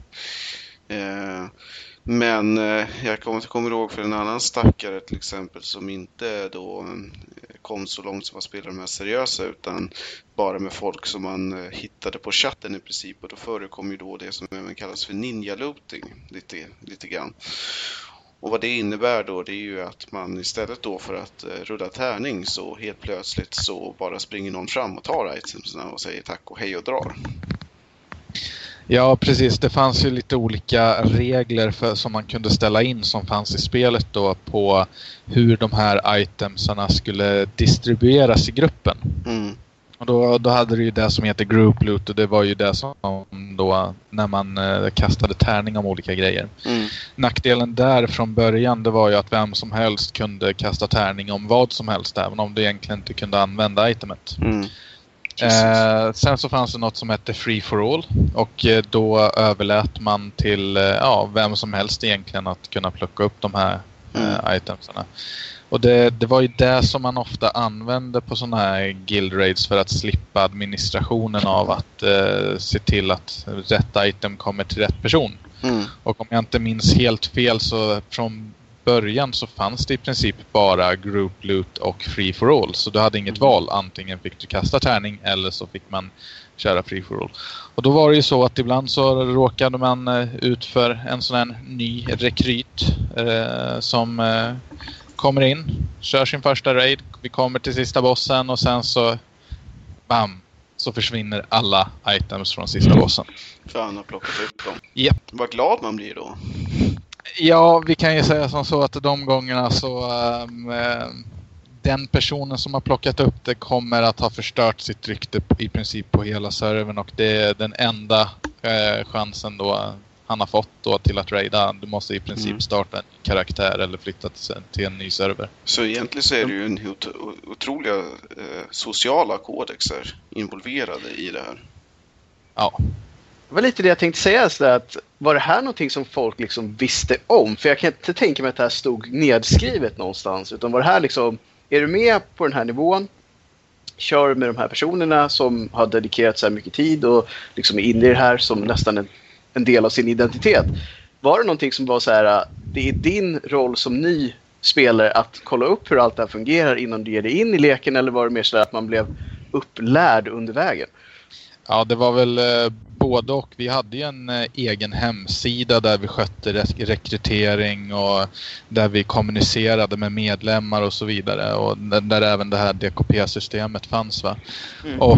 Men jag kommer ihåg för en annan stackare till exempel som inte då kom så långt som att spela de här seriösa, utan bara med folk som man hittade på chatten i princip, och då förekom ju då det som även kallas för ninja-looting lite grann. Och vad det innebär då, det är ju att man istället då för att rulla tärning, så helt plötsligt så bara springer någon fram och tar itemsna och säger tack och hej och drar. Ja, precis. Det fanns ju lite olika regler som man kunde ställa in som fanns i spelet då på hur de här itemsarna skulle distribueras i gruppen. Och då hade du ju det som heter group loot, och det var ju det som då när man kastade tärning om olika grejer. Nackdelen där från början, det var ju att vem som helst kunde kasta tärning om vad som helst, även om du egentligen inte kunde använda itemet. Sen så fanns det något som hette free for all, och då överlät man till vem som helst egentligen att kunna plocka upp de här itemsarna. Och det var ju det som man ofta använde på sådana här guild raids för att slippa administrationen av att se till att rätt item kommer till rätt person. Och om jag inte minns helt fel, så från början så fanns det i princip bara group loot och free for all. Så du hade inget val. Antingen fick du kasta tärning eller så fick man köra free for all. Och då var det ju så att ibland så råkade man ut för en sån här ny rekryt som kommer in, kör sin första raid. Vi kommer till sista bossen och sen så bam, så försvinner alla items från sista bossen. För han har plockat upp dem. Yep. Vad glad man blir då. Ja, vi kan ju säga som så att de gångerna så den personen som har plockat upp det kommer att ha förstört sitt rykte i princip på hela servern, och det är den enda chansen då han har fått då till att raida. Du måste i princip starta en karaktär eller flytta till en ny server. Så egentligen så är det ju en otroliga sociala kodexer involverade i det här. Ja. Det var lite det jag tänkte säga, så att var det här någonting som folk liksom visste om? För jag kan inte tänka mig att det här stod nedskrivet någonstans, utan var det här liksom, är du med på den här nivån, kör med de här personerna som har dedikerat så här mycket tid och liksom är inne i det här som nästan en del av sin identitet. Var det någonting som var så här, det är din roll som ny spelare att kolla upp hur allt det här fungerar innan du ger dig in i leken, eller var det mer så att man blev upplärd under vägen? Ja, det var väl både och. Vi hade ju en egen hemsida där vi skötte rekrytering och där vi kommunicerade med medlemmar och så vidare, och där även det här DKP-systemet fanns, va? Och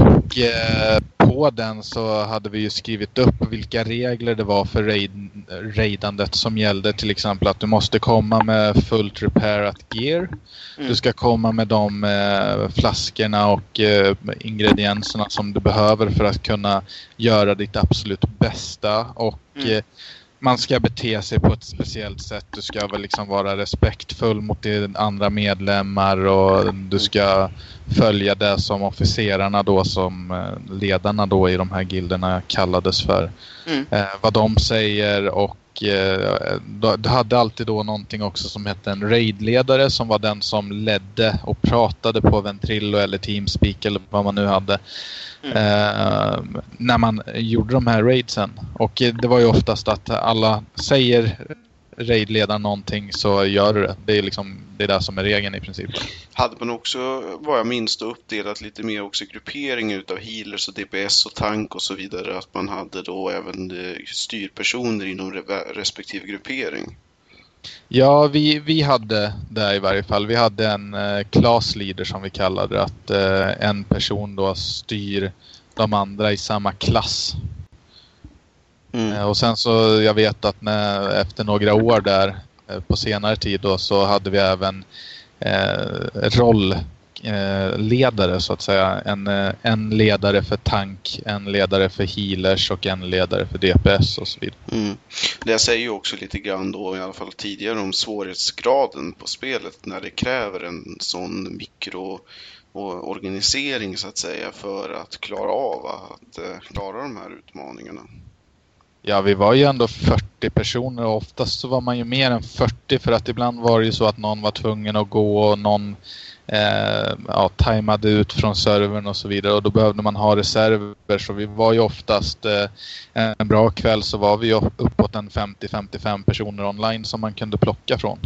på den så hade vi ju skrivit upp vilka regler det var för raidandet som gällde, till exempel att du måste komma med fullt repairat gear. Du ska komma med de flaskorna och ingredienserna som du behöver för att kunna göra ditt absolut bästa, och man ska bete sig på ett speciellt sätt. Du ska väl liksom vara respektfull mot dina andra medlemmar och du ska följa det som officerarna då, som ledarna då i de här gilderna kallades för. Vad de säger, och du hade alltid då någonting också som hette en raidledare, som var den som ledde och pratade på Ventrilo eller Teamspeak eller vad man nu hade när man gjorde de här raidsen. Och det var ju oftast att alla säger raidledaren någonting så gör du det. Det är liksom det där som är regeln i princip. Hade man också, vad jag minns, då uppdelat lite mer också gruppering utav healers och DPS och tank och så vidare, att man hade då även styrpersoner inom respektive gruppering? Ja, vi hade det i varje fall. Vi hade en class leader som vi kallade, att en person då styr de andra i samma klass. Och sen så, jag vet att efter några år där på senare tid då, så hade vi även rollledare så att säga. En ledare för tank, en ledare för healers och en ledare för DPS och så vidare. Det säger ju också lite grann då, i alla fall tidigare, om svårighetsgraden på spelet när det kräver en sån mikroorganisering så att säga för att klara av att klara de här utmaningarna. Ja, vi var ju ändå 40 personer och oftast så var man ju mer än 40, för att ibland var det ju så att någon var tvungen att gå och någon tajmade ut från servern och så vidare, och då behövde man ha reserver. Så vi var ju oftast en bra kväll så var vi ju uppåt en 50-55 personer online som man kunde plocka från.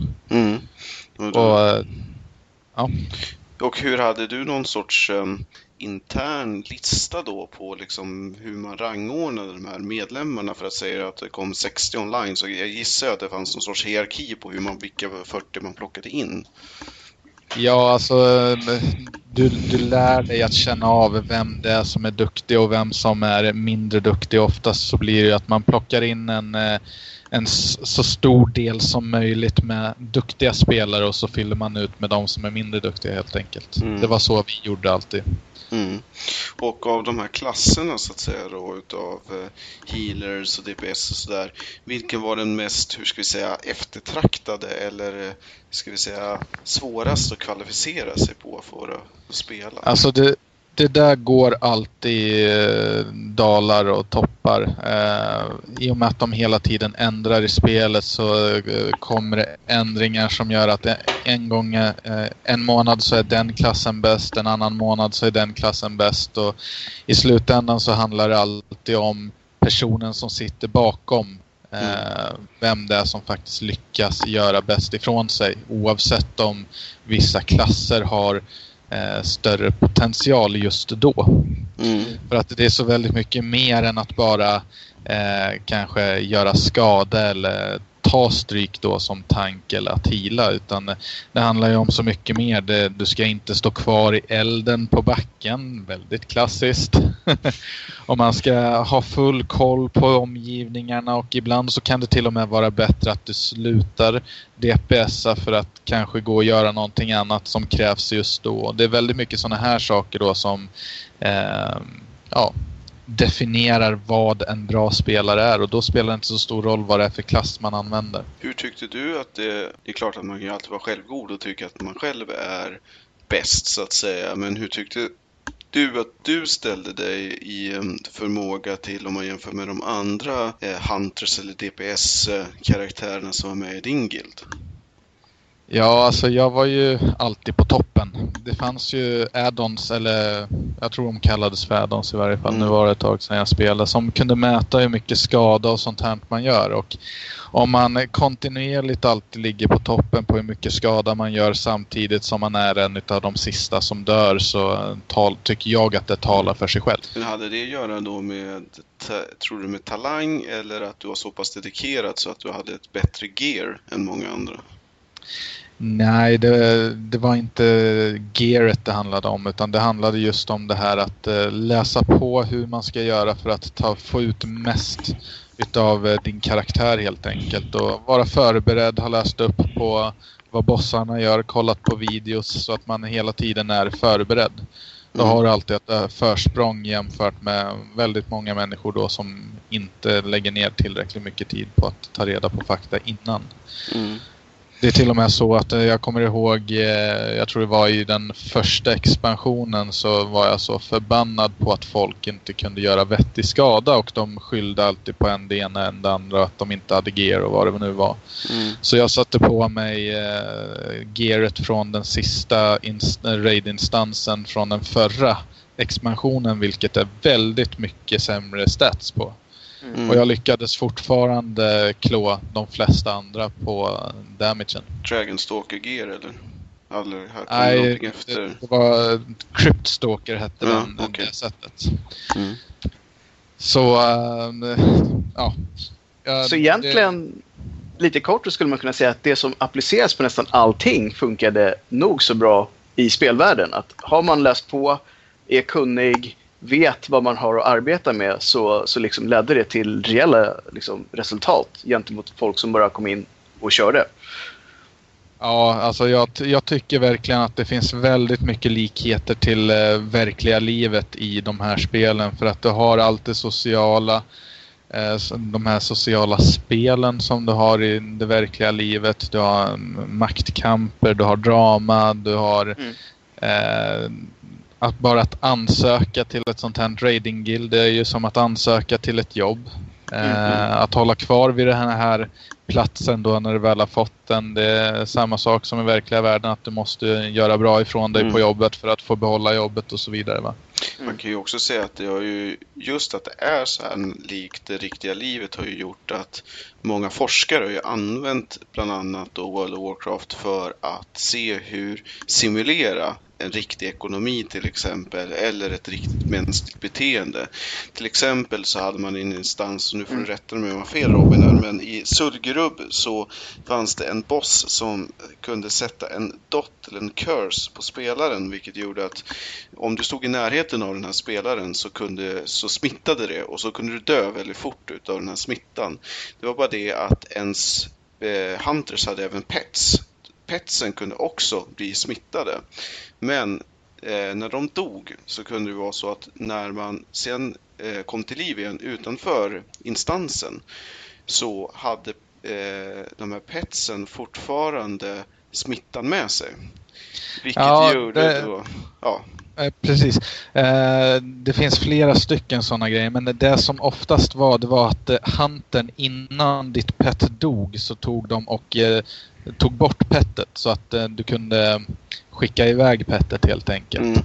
Och hur hade du någon sorts intern lista då på liksom hur man rangordnade de här medlemmarna, för att säga att det kom 60 online, så jag gissar att det fanns någon sorts hierarki på hur vilka 40 man plockade in? Ja, alltså du lär dig att känna av vem det är som är duktig och vem som är mindre duktig. Oftast så blir det att man plockar in en så stor del som möjligt med duktiga spelare, och så fyller man ut med de som är mindre duktiga helt enkelt. Det var så vi gjorde alltid. Och av de här klasserna så att säga då, utav healers och DPS och sådär, vilken var den mest, hur ska vi säga, eftertraktade eller ska vi säga svårast att kvalificera sig på för att spela? Alltså det där går alltid dalar och toppar. I och med att de hela tiden ändrar i spelet så kommer det ändringar som gör att en månad så är den klassen bäst, en annan månad så är den klassen bäst, och i slutändan så handlar det alltid om personen som sitter bakom. Vem det är som faktiskt lyckas göra bäst ifrån sig, oavsett om vissa klasser har större potential just då. För att det är så väldigt mycket mer än att bara kanske göra skada eller ta stryk då som tank eller att heala, utan det handlar ju om så mycket mer. Du ska inte stå kvar i elden på backen, väldigt klassiskt. Och man ska ha full koll på omgivningarna, och ibland så kan det till och med vara bättre att du slutar DPSa för att kanske gå och göra någonting annat som krävs just då. Det är väldigt mycket sådana här saker då som definierar vad en bra spelare är, och då spelar det inte så stor roll vad det är för klass man använder. Hur tyckte du att det är klart att man kan alltid vara självgod och tycka att man själv är bäst så att säga, men hur tyckte du att du ställde dig i förmåga till, om man jämför med de andra Hunters eller DPS-karaktärerna som var med i din guild? Ja, alltså jag var ju alltid på toppen. Det fanns ju add-ons, eller jag tror de kallades för add-ons i varje fall. Nu var det ett tag sedan jag spelade, som kunde mäta hur mycket skada och sånt här man gör. Och om man kontinuerligt alltid ligger på toppen på hur mycket skada man gör samtidigt som man är en av de sista som dör, så tycker jag att det talar för sig själv. Men hade det att göra då med, tror du, med talang, eller att du var så pass dedikerad så att du hade ett bättre gear än många andra? Nej, det var inte gearet det handlade om, utan det handlade just om det här att läsa på hur man ska göra för att få ut mest utav din karaktär helt enkelt, och vara förberedd, ha läst upp på vad bossarna gör, kollat på videos så att man hela tiden är förberedd. Då har du alltid ett försprång jämfört med väldigt många människor då som inte lägger ner tillräckligt mycket tid på att ta reda på fakta innan. Det är till och med så att jag kommer ihåg, jag tror det var i den första expansionen, så var jag så förbannad på att folk inte kunde göra vettig skada, och de skyllde alltid på det ena än det andra, att de inte hade gear och vad det nu var. Så jag satte på mig gearet från den sista raid-instansen från den förra expansionen, vilket är väldigt mycket sämre stats på. Och jag lyckades fortfarande klå de flesta andra på damagen. Dragonstalker gear eller? Aldrig hört Nej, efter. Det var Cryptstalker hette den det sättet. Så ja. Så egentligen lite kort så skulle man kunna säga att det som appliceras på nästan allting funkade nog så bra i spelvärlden. Att har man läst på, är kunnig, vet vad man har att arbeta med, så liksom ledde det till reella liksom resultat gentemot folk som bara kom in och körde. Ja, alltså jag tycker verkligen att det finns väldigt mycket likheter till verkliga livet i de här spelen, för att du har allt det sociala, de här sociala spelen som du har i det verkliga livet. Du har maktkamper, du har drama, du har att ansöka till ett sånt här trading guild, det är ju som att ansöka till ett jobb. Att hålla kvar vid den här platsen då när du väl har fått den, det är samma sak som i verkliga världen, att du måste göra bra ifrån dig på jobbet för att få behålla jobbet och så vidare, va? Man kan ju också säga att det har ju, just att det är så här likt det riktiga livet, har ju gjort att många forskare har ju använt bland annat då World of Warcraft för att se hur simulera en riktig ekonomi till exempel, eller ett riktigt mänskligt beteende. Till exempel så hade man en instans, och nu får du rätta mig om jag har fel Robin här, men i Surgerubb så fanns det en boss som kunde sätta en dot eller en curse på spelaren, vilket gjorde att om du stod i närheten av den här spelaren så smittade det, och så kunde du dö väldigt fort utav den här smittan. Det var bara det att ens hunters hade även pets. Petsen kunde också bli smittade. Men när de dog så kunde det vara så att när man sen kom till liv igen utanför instansen, så hade de här petsen fortfarande smittan med sig. Vilket gjorde då... Ja. Precis. Det finns flera stycken sådana grejer, men det som oftast det var att huntern innan ditt pet dog, så tog de och tog bort pettet så att du kunde skicka iväg pettet helt enkelt.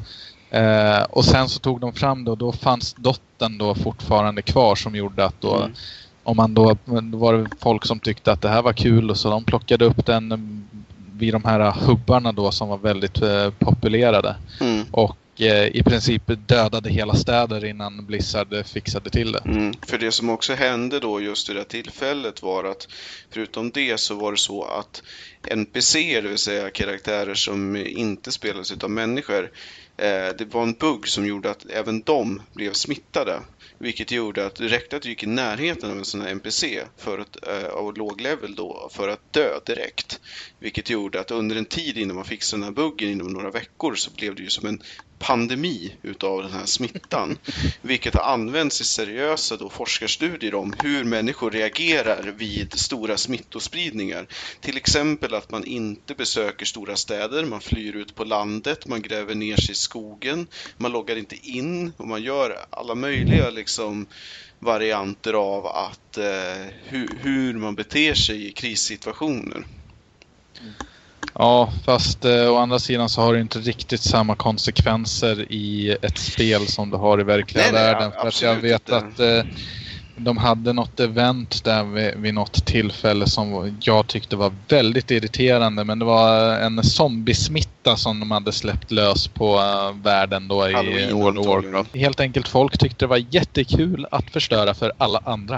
Och sen så tog de fram det, och då fanns dotten då fortfarande kvar, som gjorde att då om man då var det folk som tyckte att det här var kul, och så de plockade upp den vid de här hubbarna då som var väldigt populerade. Och i princip dödade hela städer innan Blizzard fixade till det. För det som också hände då just i det tillfället var att förutom det så var det så att NPC, det vill säga karaktärer som inte spelades av människor, det var en bugg som gjorde att även de blev smittade. Vilket gjorde att det räckte att du gick i närheten av en sån här NPC av låg level då, för att dö direkt. Vilket gjorde att under en tid innan man fick den här buggen, inom några veckor, så blev det ju som en pandemi utav den här smittan. Vilket har använts i seriösa då forskarstudier om hur människor reagerar vid stora smittospridningar. Till exempel att man inte besöker stora städer, man flyr ut på landet, man gräver ner sig i skogen, man loggar inte in, och man gör alla möjliga liksom varianter av att hur man beter sig i krissituationer. Ja, fast å andra sidan så har det inte riktigt samma konsekvenser i ett spel som det har i verkliga världen. För att jag vet att de hade något event där vid något tillfälle som jag tyckte var väldigt irriterande. Men det var en zombiesmitta som de hade släppt lös på världen då i World of Warcraft. Helt enkelt folk tyckte det var jättekul att förstöra för alla andra.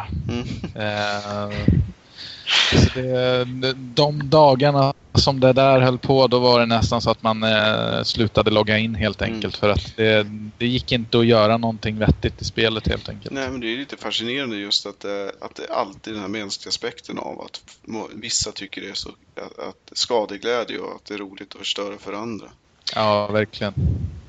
Så de dagarna som det där höll på, då var det nästan så att man slutade logga in helt enkelt. För att det gick inte att göra någonting vettigt i spelet helt enkelt. Nej, men det är lite fascinerande just att det alltid den här mänskliga aspekten av att vissa tycker det är så att skadeglädje och att det är roligt att förstöra för andra. Ja, verkligen.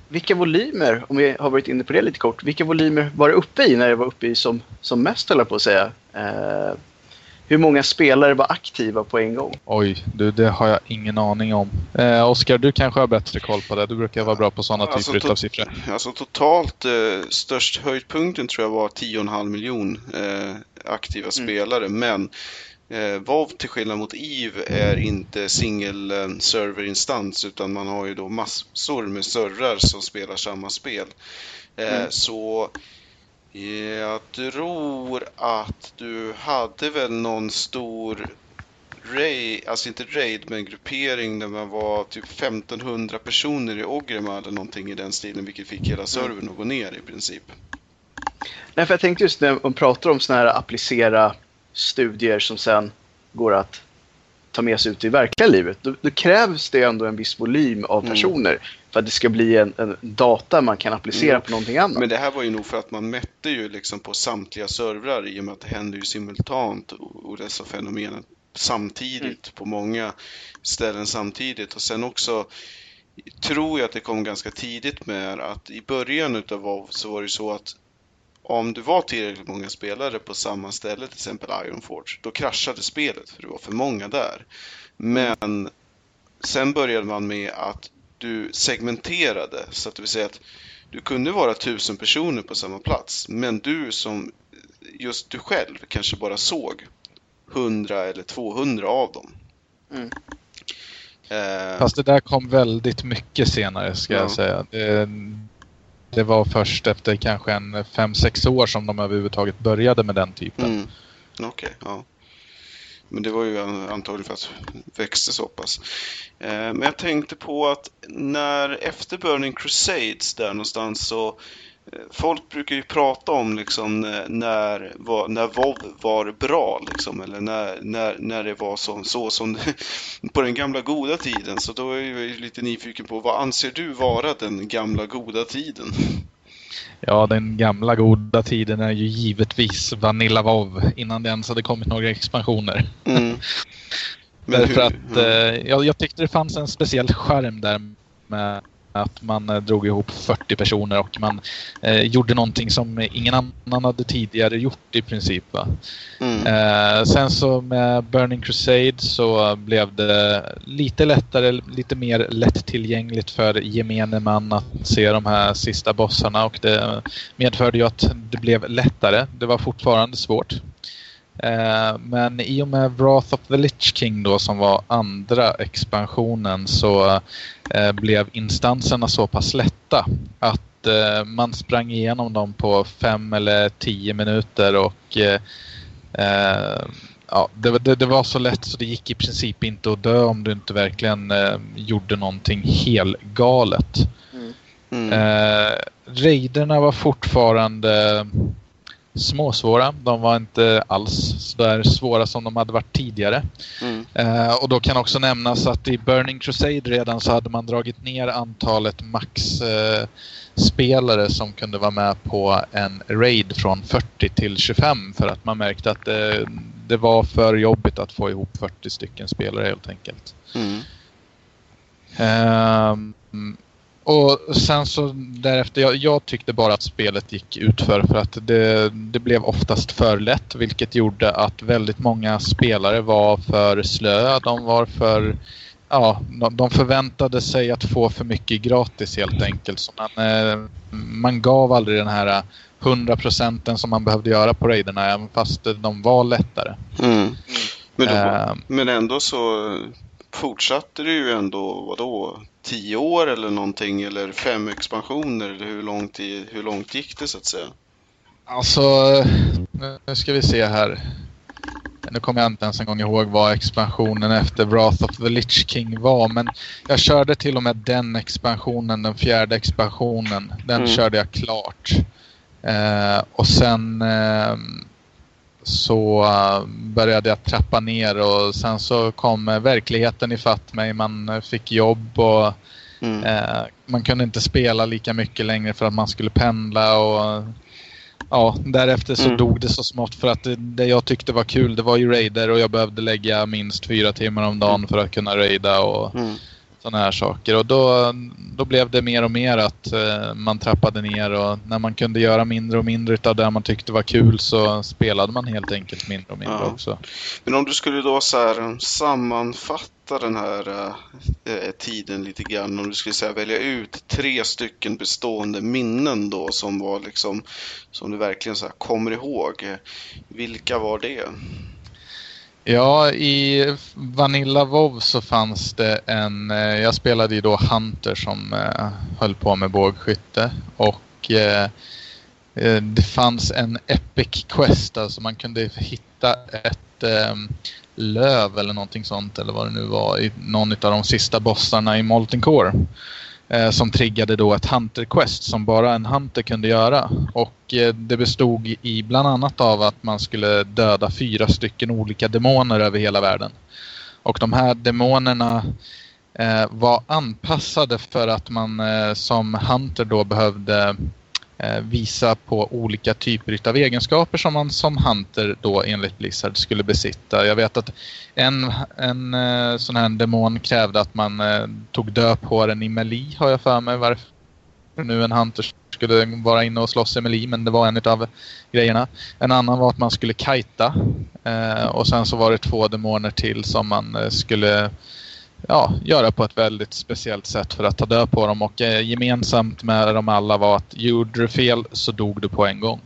vilka volymer, om vi har varit inne på det lite kort, vilka volymer var det uppe i när det var uppe i som mest, höll jag på att säga? Hur många spelare var aktiva på en gång? Oj, det har jag ingen aning om. Oskar, du kanske har bättre koll på det. Du brukar vara bra på sådana typer av siffror. Alltså totalt störst höjdpunkten tror jag var 10,5 miljon aktiva spelare. Men WoW till skillnad mot EVE är inte single serverinstans, utan man har ju då massor med servrar som spelar samma spel. Så jag tror att du hade väl någon stor raid, alltså inte raid men gruppering, där man var typ 1500 personer i Orgrimmar eller någonting i den stilen, vilket fick hela servern att gå ner i princip. Nej, för jag tänkte just när man pratar om såna här applicera studier som sen går att ta med sig ut i verkliga livet, då krävs det ändå en viss volym av personer för att det ska bli en data man kan applicera på någonting annat. Men det här var ju nog för att man mätte ju liksom på samtliga servrar, i och med att det händer ju simultant och dessa fenomen samtidigt på många ställen samtidigt. Och sen också tror jag att det kom ganska tidigt med att i början utav WoW så var det så att om du var tillräckligt många spelare på samma ställe, till exempel Ironforge, då kraschade spelet för det var för många där. Men sen började man med att du segmenterade, så att det vill säga att du kunde vara 1000 personer på samma plats, men du själv kanske bara såg 100 eller 200 av dem. Fast det där kom väldigt mycket senare, ska jag säga. Det var först efter kanske 5-6 år som de överhuvudtaget började med den typen. Okej, ja. Men det var ju antagligen för att det växte så pass. Men jag tänkte på att efter Burning Crusades där någonstans, så folk brukar ju prata om liksom när WoW var bra liksom, eller när det var så som på den gamla goda tiden. Så då är jag lite nyfiken på, vad anser du vara den gamla goda tiden? Ja, den gamla goda tiden är ju givetvis Vanilla WoW, innan det ens hade kommit några expansioner. Därför att jag tyckte det fanns en speciell charm där med att man drog ihop 40 personer och man gjorde någonting som ingen annan hade tidigare gjort i princip. Sen så med Burning Crusade så blev det lite lättare, lite mer lättillgängligt för gemene man att se de här sista bossarna, och det medförde ju att det blev lättare. Det var fortfarande svårt. Men i och med Wrath of the Lich King då, som var andra expansionen, så blev instanserna så pass lätta att man sprang igenom dem på 5 eller 10 minuter, och det var så lätt så det gick i princip inte att dö om du inte verkligen gjorde någonting helt galet. Raiderna var fortfarande småsvåra. De var inte alls så där svåra som de hade varit tidigare. Och då kan också nämnas att i Burning Crusade redan så hade man dragit ner antalet max-spelare som kunde vara med på en raid från 40 till 25, för att man märkte att det var för jobbigt att få ihop 40 stycken spelare helt enkelt. Och sen så därefter, jag tyckte bara att spelet gick utför, för att det blev oftast för lätt, vilket gjorde att väldigt många spelare var för slöa. De förväntade sig att få för mycket gratis helt enkelt. Så man gav aldrig den här 100% som man behövde göra på raiderna, även fast de var lättare. Men ändå så fortsatte det ju ändå, 10 år eller någonting, eller 5 expansioner, eller hur långt gick det så att säga? Alltså, nu ska vi se här. Nu kommer jag inte ens en gång ihåg vad expansionen efter Wrath of the Lich King var, men jag körde till och med den expansionen, den 4:e expansionen. Den körde jag klart. Och sen så började jag trappa ner, och sen så kom verkligheten ifatt mig. Man fick jobb och man kunde inte spela lika mycket längre för att man skulle pendla, och därefter så dog det så smått, för att det jag tyckte var kul, det var ju raider, och jag behövde lägga minst 4 timmar om dagen för att kunna raida, och sådana här saker. Och då blev det mer och mer att man trappade ner, och när man kunde göra mindre och mindre av det man tyckte var kul så spelade man helt enkelt mindre och mindre också. Men om du skulle då så här sammanfatta den här tiden lite grann, om du skulle säga välja ut 3 stycken bestående minnen då som var liksom, som du verkligen så här kommer ihåg, vilka var det? Ja, i Vanilla WoW så fanns det jag spelade ju då Hunter som höll på med bågskytte, och det fanns en epic quest, alltså man kunde hitta ett löv eller någonting sånt, eller vad det nu var, i någon av de sista bossarna i Molten Core, som triggade då ett Hunter Quest som bara en Hunter kunde göra. Och det bestod i bland annat av att man skulle döda 4 stycken olika demoner över hela världen. Och de här demonerna var anpassade för att man som Hunter då behövde visa på olika typer av egenskaper som man som Hunter då enligt Blizzard skulle besitta. Jag vet att en sån här demon krävde att man tog död på den i melee, har jag för mig, varför nu en Hunter skulle vara inne och slåss i melee, men det var en av grejerna. En annan var att man skulle kajta, och sen så var det 2 demoner till som man skulle göra på ett väldigt speciellt sätt för att ta död på dem, och gemensamt med dem alla var att gjorde du fel så dog du på en gång.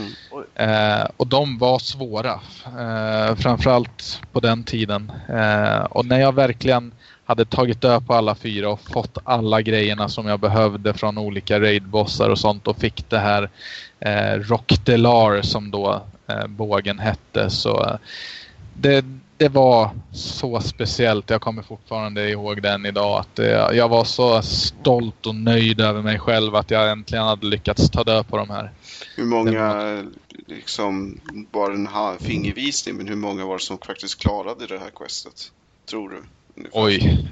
Och de var svåra, framförallt på den tiden, och när jag verkligen hade tagit död på alla 4 och fått alla grejerna som jag behövde från olika raidbossar och sånt, och fick det här Rockdelar som då bågen hette, så det var så speciellt. Jag kommer fortfarande ihåg den idag, att jag var så stolt och nöjd över mig själv att jag äntligen hade lyckats ta död på de här. Hur många, liksom, bara en fingervisning, men hur många var det som faktiskt klarade det här questet, tror du? Oj.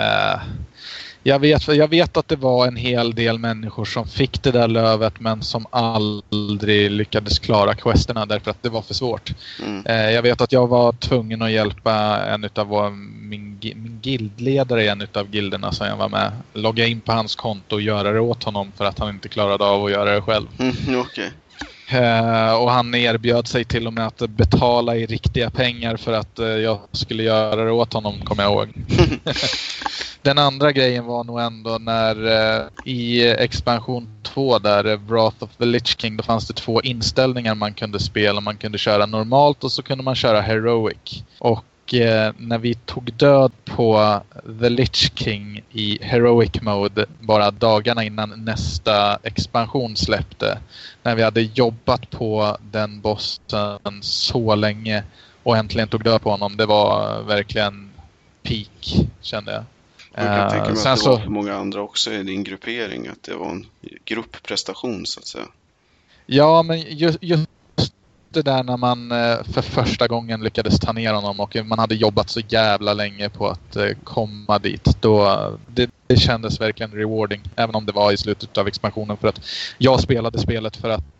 Jag vet att det var en hel del människor som fick det där lövet, men som aldrig lyckades klara questerna därför att det var för svårt. Jag vet att jag var tvungen att hjälpa en utav min guildledare i en utav gilderna som jag var med, logga in på hans konto och göra det åt honom för att han inte klarade av att göra det själv. Okej. Och han erbjöd sig till och med att betala i riktiga pengar för att jag skulle göra det åt honom, kommer jag ihåg. Den andra grejen var nog ändå när i expansion 2 där Wrath of the Lich King, då fanns det 2 inställningar man kunde spela. Man kunde köra normalt och så kunde man köra heroic. Och när vi tog död på The Lich King i heroic mode bara dagarna innan nästa expansion släppte, när vi hade jobbat på den bossen så länge och äntligen tog död på honom, det var verkligen peak, kände jag. Jag kan tänka mig att det var för många andra också i din gruppering, att det var en gruppprestation så att säga. Ja, men just det där när man för första gången lyckades ta ner honom och man hade jobbat så jävla länge på att komma dit, då det kändes verkligen rewarding, även om det var i slutet av expansionen, för att jag spelade spelet för att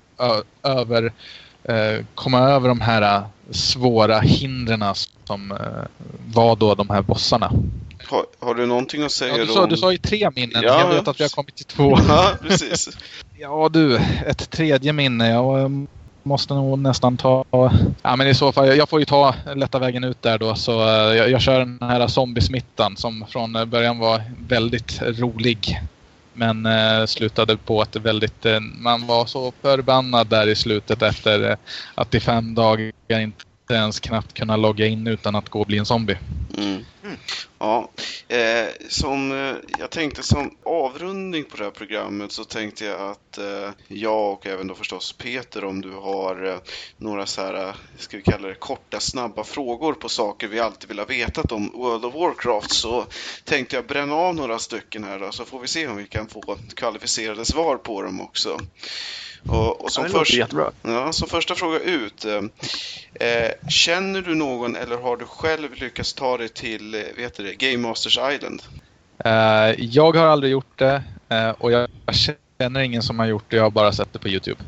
komma över de här svåra hindren som var då de här bossarna. Har du någonting att säga då? Du sa ju 3 minnen. Ja, jag vet att vi har kommit till 2. Ja, precis. Ja du, ett tredje minne. Jag måste nog nästan ta... Ja, men i så fall, jag får ju ta lätta vägen ut där då. Så jag kör den här zombiesmittan som från början var väldigt rolig. Men slutade på att man var så förbannad där i slutet efter att i 5 dagar inte ens knappt kunna logga in utan att gå och bli en zombie. Ja, jag tänkte som avrundning på det här programmet, så tänkte jag att jag och även då förstås Peter, om du har några så här, ska vi kalla det korta, snabba frågor på saker vi alltid vill ha vetat om World of Warcraft, så tänkte jag bränna av några stycken här då, så får vi se om vi kan få kvalificerade svar på dem också. Och som första fråga ut, känner du någon eller har du själv lyckats ta dig till Game Masters Island? Jag har aldrig gjort det, och jag känner ingen som har gjort det, jag har bara sett det på YouTube.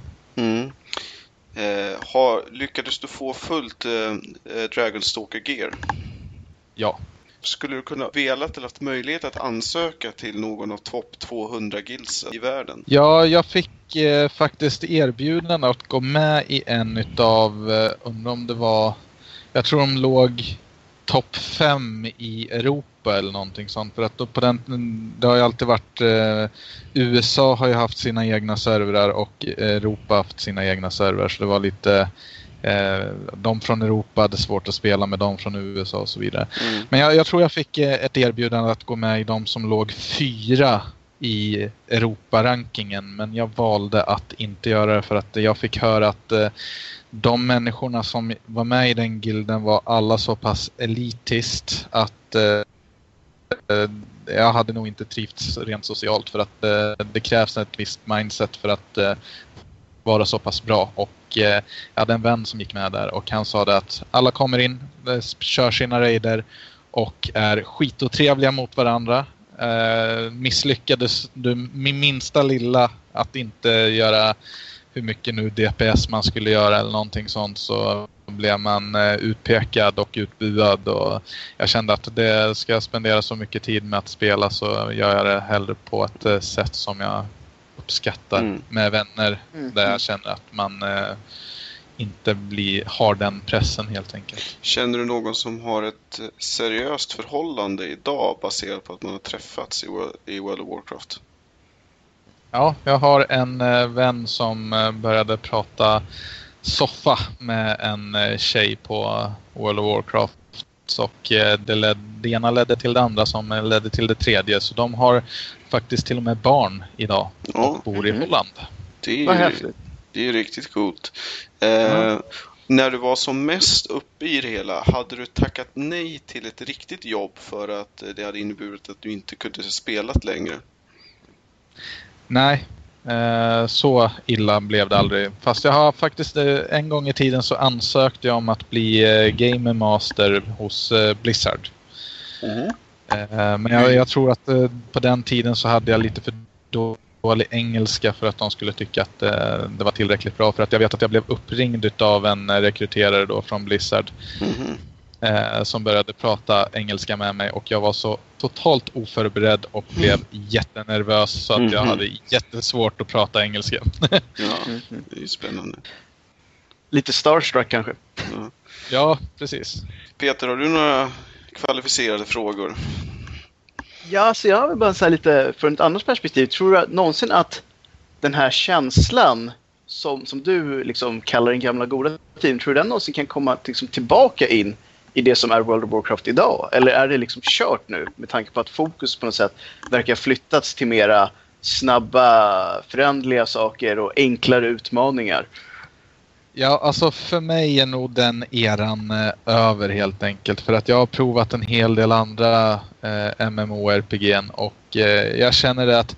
Lyckades du få fullt Dragonstalker gear? Ja. Skulle du kunna velat eller haft möjlighet att ansöka till någon av topp 200 guilds i världen? Ja, jag fick faktiskt erbjudande att gå med i en utav, undrar om det var, jag tror de låg topp 5 i Europa eller någonting sånt. För att då på det har ju alltid varit, USA har ju haft sina egna servrar och Europa haft sina egna servrar. Så det var lite, de från Europa hade svårt att spela med de från USA och så vidare. Men jag tror jag fick ett erbjudande att gå med i de som låg 4 i Europa-rankingen. Men jag valde att inte göra det för att jag fick höra att de människorna som var med i den gilden var alla så pass elitist att jag hade nog inte trivts rent socialt, för att det krävs ett visst mindset för att vara så pass bra. Och jag hade en vän som gick med där och han sa det att alla kommer in, kör sina raider och är skitotrevliga mot varandra. Misslyckades du med minsta lilla att inte göra hur mycket nu DPS man skulle göra eller någonting sånt, så blev man utpekad och utbuad, och jag kände att det ska spendera så mycket tid med att spela, så gör jag det hellre på ett sätt som jag uppskattar med vänner där jag känner att man inte har den pressen helt enkelt. Känner du någon som har ett seriöst förhållande idag baserat på att man har träffats i World of Warcraft? Ja, jag har en vän som började prata soffa med en tjej på World of Warcraft, och det ena ledde till det andra som ledde till det tredje, så de har faktiskt till och med barn idag och bor i Holland. Det är riktigt coolt. När du var som mest uppe i det hela, hade du tackat nej till ett riktigt jobb för att det hade inneburit att du inte kunde spelat längre? Nej, så illa blev det aldrig. Fast jag har faktiskt en gång i tiden så ansökte jag om att bli Game Master hos Blizzard. Men jag tror att på den tiden så hade jag lite för dålig engelska för att de skulle tycka att det var tillräckligt bra. För att jag vet att jag blev uppringd av en rekryterare då från Blizzard som började prata engelska med mig, och jag var så totalt oförberedd och blev jättenervös så att jag hade jättesvårt att prata engelska. Ja, det är ju spännande. Lite starstruck kanske. Ja, precis. Peter, har du några kvalificerade frågor? Ja, så jag vill bara säga lite från ett annat perspektiv. Tror du någonsin att den här känslan som du liksom kallar den gamla goda tiden, tror du den någonsin kan komma liksom tillbaka in i det som är World of Warcraft idag? Eller är det liksom kört nu med tanke på att fokus på något sätt verkar flyttats till mera snabba, förändliga saker och enklare utmaningar? Ja, alltså för mig är nog den eran över helt enkelt. För att jag har provat en hel del andra MMORPG:n och jag känner att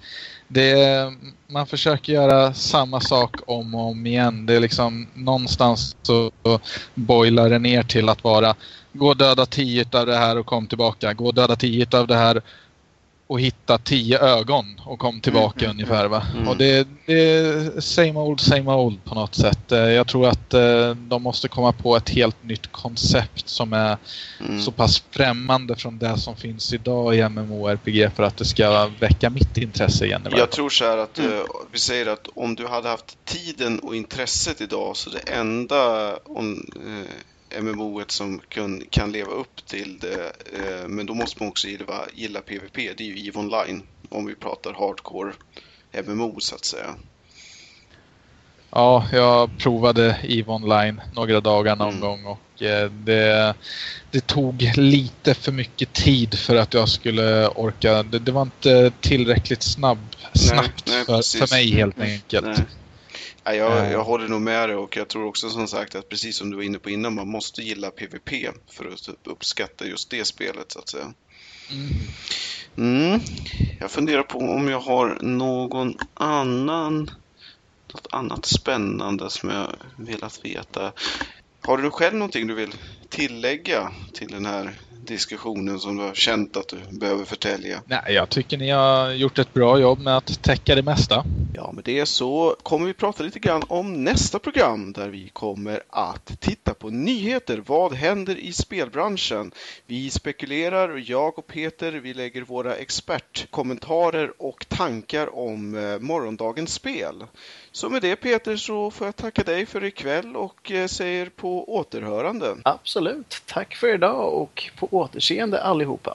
man försöker göra samma sak om och om igen. Det är liksom någonstans så boilar det ner till att vara gå och döda 10 av det här och kom tillbaka. Gå och döda 10 av det här och hitta 10 ögon och kom tillbaka ungefär, va? Och det är same old på något sätt. Jag tror att de måste komma på ett helt nytt koncept som är så pass främmande från det som finns idag i MMORPG för att det ska väcka mitt intresse igen. Jag tror så här att vi säger att om du hade haft tiden och intresset idag, så det enda MMO:et som kan leva upp till det, men då måste man också gilla PvP, det är ju EVE Online, om vi pratar hardcore MMO så att säga. Ja, jag provade EVE Online några dagar någon gång och det tog lite för mycket tid för att jag skulle orka. Det var inte tillräckligt snabbt för mig helt enkelt. Nej. Jag håller nog med dig, och jag tror också som sagt att precis som du var inne på innan, man måste gilla PvP för att uppskatta just det spelet så att säga. Jag funderar på om jag har något annat spännande som jag velat veta. Har du själv någonting du vill tillägga till den här diskussionen som du har känt att du behöver förtälja? Nej, jag tycker ni har gjort ett bra jobb med att täcka det mesta. Ja, med det så kommer vi prata lite grann om nästa program där vi kommer att titta på nyheter. Vad händer i spelbranschen? Vi spekulerar och jag och Peter, vi lägger våra expertkommentarer och tankar om morgondagens spel. Så med det Peter så får jag tacka dig för ikväll och säger på återhörande. Absolut. Tack för idag och på återseende allihopa.